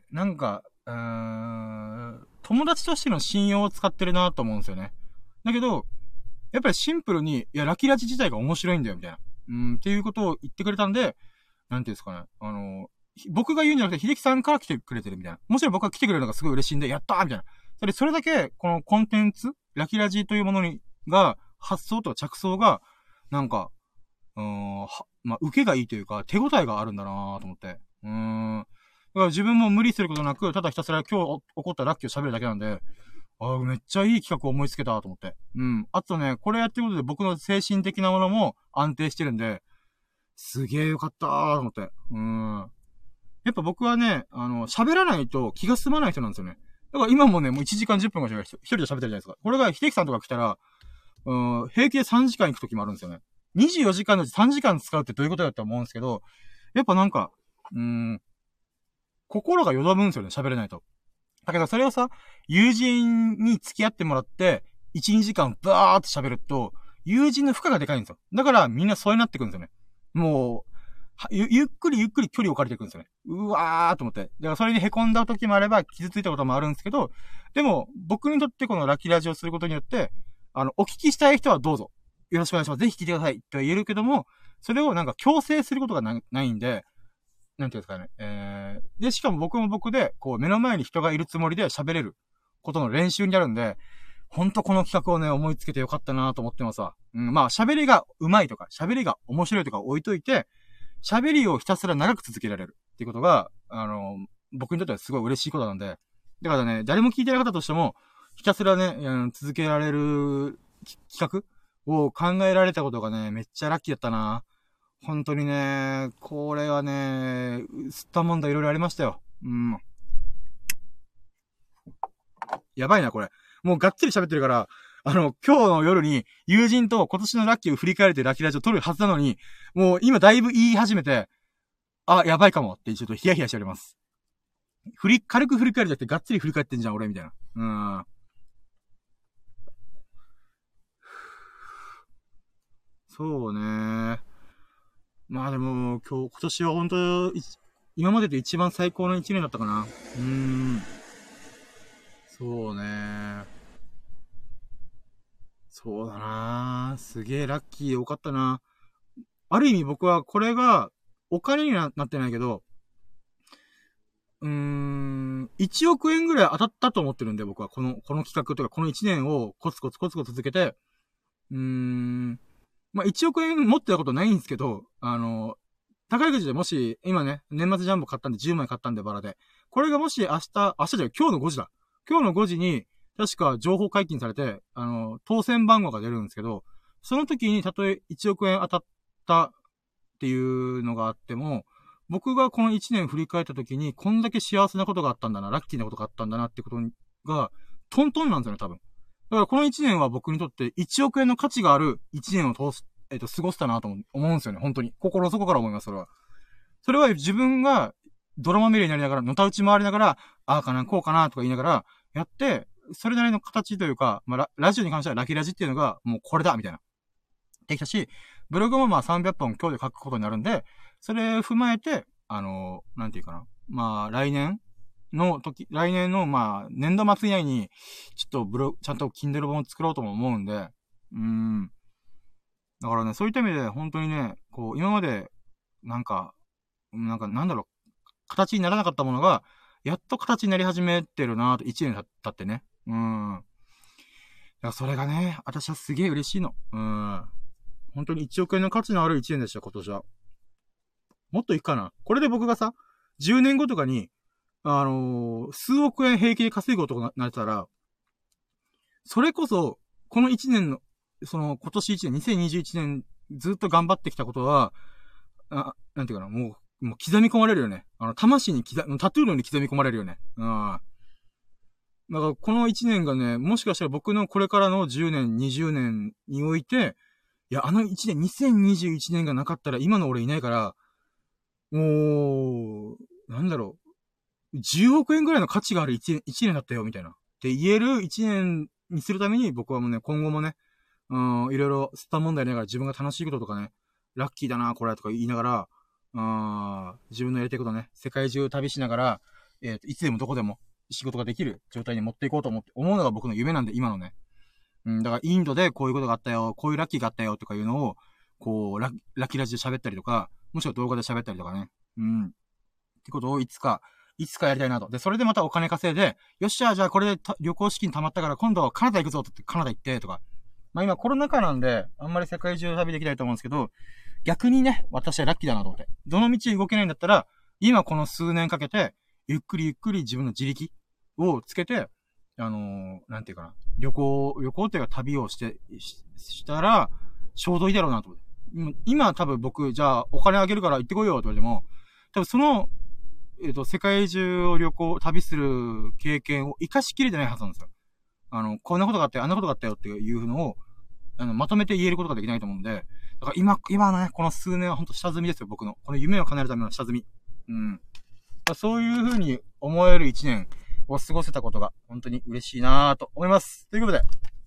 A: なんか、友達としての信用を使ってるなと思うんですよね。だけど、やっぱりシンプルに、いや、ラッキーラジ自体が面白いんだよ、みたいな。っていうことを言ってくれたんで、なんていうんですかね。僕が言うんじゃなくて、秀樹さんから来てくれてるみたいな。もちろん僕が来てくれるのがすごい嬉しいんで、やったーみたいな。それだけ、このコンテンツ、ラキラジというものが、発想とか着想が、なんか、受けがいいというか、手応えがあるんだなーと思って。だから自分も無理することなく、ただひたすら今日起こったラッキーを喋るだけなんで、めっちゃいい企画を思いつけたと思って。あとね、これやってることで僕の精神的なものも安定してるんで、すげえよかったーと思って。やっぱ僕はね、喋らないと気が済まない人なんですよね。だから今もね、もう1時間10分ぐらい一人で喋ってるじゃないですか。これが秀樹さんとか来たら、平気で3時間行く時もあるんですよね。24時間のうち3時間使うってどういうことだって思うんですけど、やっぱなんか、心がよどむんですよね、喋れないと。だけどそれをさ、友人に付き合ってもらって、1、2時間バーって喋ると、友人の負荷がでかいんですよ。だからみんなそうになってくるんですよね。もう、ゆっくり距離を置かれていくんですよね。うわーと思って。だからそれに凹んだ時もあれば、傷ついたこともあるんですけど、でも、僕にとってこのラッキーラジオをすることによって、お聞きしたい人はどうぞ。よろしくお願いします。ぜひ聞いてください。とは言えるけども、それをなんか強制することがないんで、なんていうんですかね。で、しかも僕も僕で、こう、目の前に人がいるつもりで喋れることの練習になるんで、ほんとこの企画をね、思いつけてよかったなと思ってますわ。まあ、喋りが上手いとか、喋りが面白いとか置いといて、喋りをひたすら長く続けられるっていうことが、僕にとってはすごい嬉しいことなんで、だからね、誰も聞いてなかったとしても、ひたすらね、続けられる企画を考えられたことがね、めっちゃラッキーだったな。本当にね、これはね、吸ったもんだいろいろありましたよ。やばいな、これ。もうがっつり喋ってるから、今日の夜に友人と今年のラッキーを振り返れてラッキーラジオを撮るはずなのに、もう今だいぶ言い始めて、やばいかもってちょっとヒヤヒヤしております。軽く振り返るじゃなくてがっつり振り返ってんじゃん、俺、みたいな。そうね。まあでも、今年は本当今までで一番最高の一年だったかな。そうね。そうだな。すげえラッキー多かったな。ある意味僕はこれがお金になってないけど、1億円ぐらい当たったと思ってるんで、僕はこの企画とかこの1年をコツコツ続けて、まあ、1億円持ってたことないんですけど、宝くじでもし、今ね、年末ジャンボ買ったんで10枚買ったんでバラで。これがもし明日じゃ今日の5時だ。今日の5時に、確か情報解禁されて、当選番号が出るんですけど、その時にたとえ1億円当たったっていうのがあっても、僕がこの1年振り返った時に、こんだけ幸せなことがあったんだな、ラッキーなことがあったんだなってことが、トントンなんですよね、多分。だからこの1年は僕にとって1億円の価値がある1年を過ごせたなと思うんですよね、本当に。心底から思います、それは。それは自分が泥まみれになりながら、のたうち回りながら、ああかな、こうかな、とか言いながら、やって、それなりの形というか、まあ、ラジオに関してはラキラジっていうのが、もうこれだ、みたいな。できたし、ブログもまあ300本今日で書くことになるんで、それ踏まえて、なんていうかな。まあ、来年の時、来年の、まあ、年度末以内に、ちょっとちゃんと Kindle 本を作ろうとも思うんで、だからね、そういった意味で、本当にね、こう、今まで、なんだろう、形にならなかったものが、やっと形になり始めてるなぁと、1年経ってね。それがね、私はすげえ嬉しいの。本当に1億円の価値のある1年でした、今年は。もっといくかな。これで僕がさ、10年後とかに、数億円平気で稼ぐことになったら、それこそ、この1年の、今年1年、2021年、ずっと頑張ってきたことは、なんていうかな、もう刻み込まれるよね。魂にタトゥーのように刻み込まれるよね。だから、この1年がね、もしかしたら僕のこれからの10年、20年において、いや、1年、2021年がなかったら今の俺いないから、もう、なんだろう、10億円ぐらいの価値がある1年だったよ、みたいな。って言える1年にするために僕はもうね、今後もね、いろいろスタ問題ながら自分が楽しいこととかね、ラッキーだな、これとか言いながら、自分のやりたいことね、世界中旅しながら、いつでもどこでも仕事ができる状態に持っていこうと思うのが僕の夢なんで、今のね。だからインドでこういうことがあったよ、こういうラッキーがあったよとかいうのを、こう、ラッキーラジで喋ったりとか、もしくは動画で喋ったりとかね。ってことをいつかやりたいなと。で、それでまたお金稼いで、よっしゃ、じゃあこれで旅行資金貯まったから今度はカナダ行くぞって言ってカナダ行ってとか。まあ今コロナ禍なんで、あんまり世界中旅できないと思うんですけど、逆にね、私はラッキーだなと思って。どの道動けないんだったら、今この数年かけて、ゆっくり自分の自力をつけて、なんていうかな。旅行っていうか旅をしたら、ちょうどいいだろうなと思って。今多分僕、じゃあお金あげるから行ってこいよって言われても、多分その、世界中を旅する経験を活かしきれてないはずなんですよ。こんなことがあったよ、あんなことがあったよっていうのを、まとめて言えることができないと思うんで、だから今のね、この数年はほんと下積みですよ、僕の。この夢を叶えるための下積み。そういう風に思える一年を過ごせたことが、本当に嬉しいなぁと思います。ということで。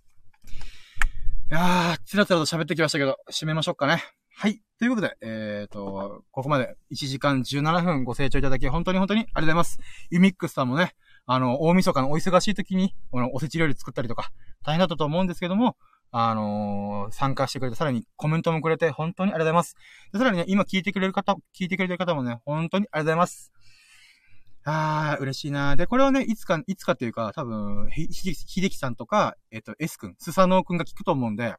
A: つらつらと喋ってきましたけど、締めましょうかね。はい。ということで、ここまで1時間17分ご清聴いただき、本当にありがとうございます。ユミックスさんもね、大晦日のお忙しい時に、おせち料理作ったりとか、大変だったと思うんですけども、参加してくれて、さらにコメントもくれて、本当にありがとうございます。でさらにね、今聞いてくれてる方もね、本当にありがとうございます。嬉しいな。で、これをね、いつかっていうか、多分、秀樹さんとか、S 君、スサノオ君が聞くと思うんで、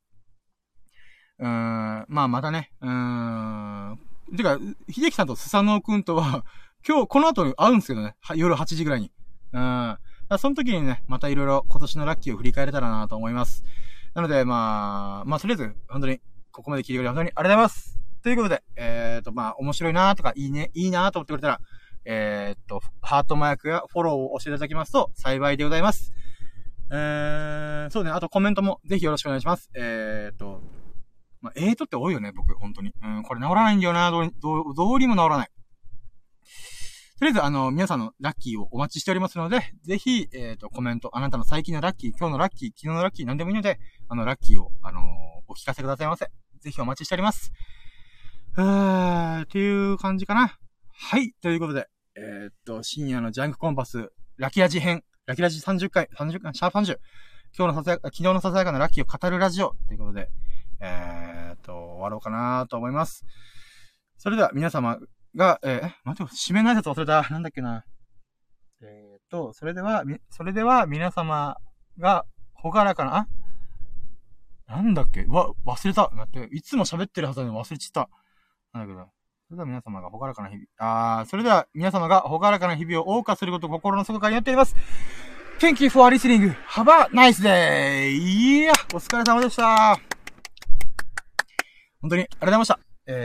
A: またね、てか、秀樹さんとスサノオ君とは、今日、この後に会うんですけどね、夜8時ぐらいに。その時にね、またいろいろ今年のラッキーを振り返れたらなと思います。なので、とりあえず、本当に、ここまで聞いてくれて本当にありがとうございます。ということで、面白いなとか、いいなと思ってくれたら、ハートマークやフォローを押していただきますと幸いでございます。そうね、あとコメントもぜひよろしくお願いします。って多いよね、僕、本当に。これ治らないんだよな、どうにも治らない。とりあえず、皆さんのラッキーをお待ちしておりますので、ぜひ、コメント、あなたの最近のラッキー、今日のラッキー、昨日のラッキー、何でもいいので、ラッキーを、お聞かせくださいませ。ぜひお待ちしております。っていう感じかな。はい、ということで、深夜のジャンクコンパス、ラキラジ編、ラキラジ30回、シャープ30、昨日のささやかなラッキーを語るラジオ、ということで、終わろうかなと思います。それでは皆様が、待って、締めの挨拶忘れた。なんだっけな。それでは皆様が、ほがらかな、なんだっけ忘れた。待って、いつも喋ってるはずなのに忘れちゃった。なんだけど。それでは皆様がほがらかな日々を謳歌することを心の底から祈っております。Thank you for listening. Have a nice day. いや、お疲れ様でした。本当にありがとうございました。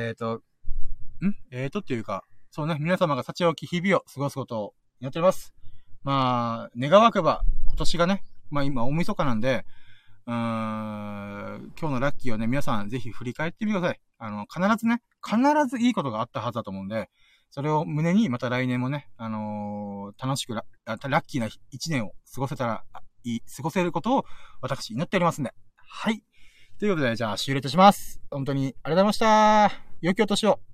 A: っていうか、そうね、皆様が幸多き日々を過ごすことを祈っております。願わくば、今年がね、今大晦日なんで、今日のラッキーをね、皆さんぜひ振り返ってみてください。必ずいいことがあったはずだと思うんで、それを胸にまた来年もね、楽しくラッキーな一年を過ごせることを私祈っておりますんで。はい。ということで、じゃあ終了いたします。本当にありがとうございました。良きお年を。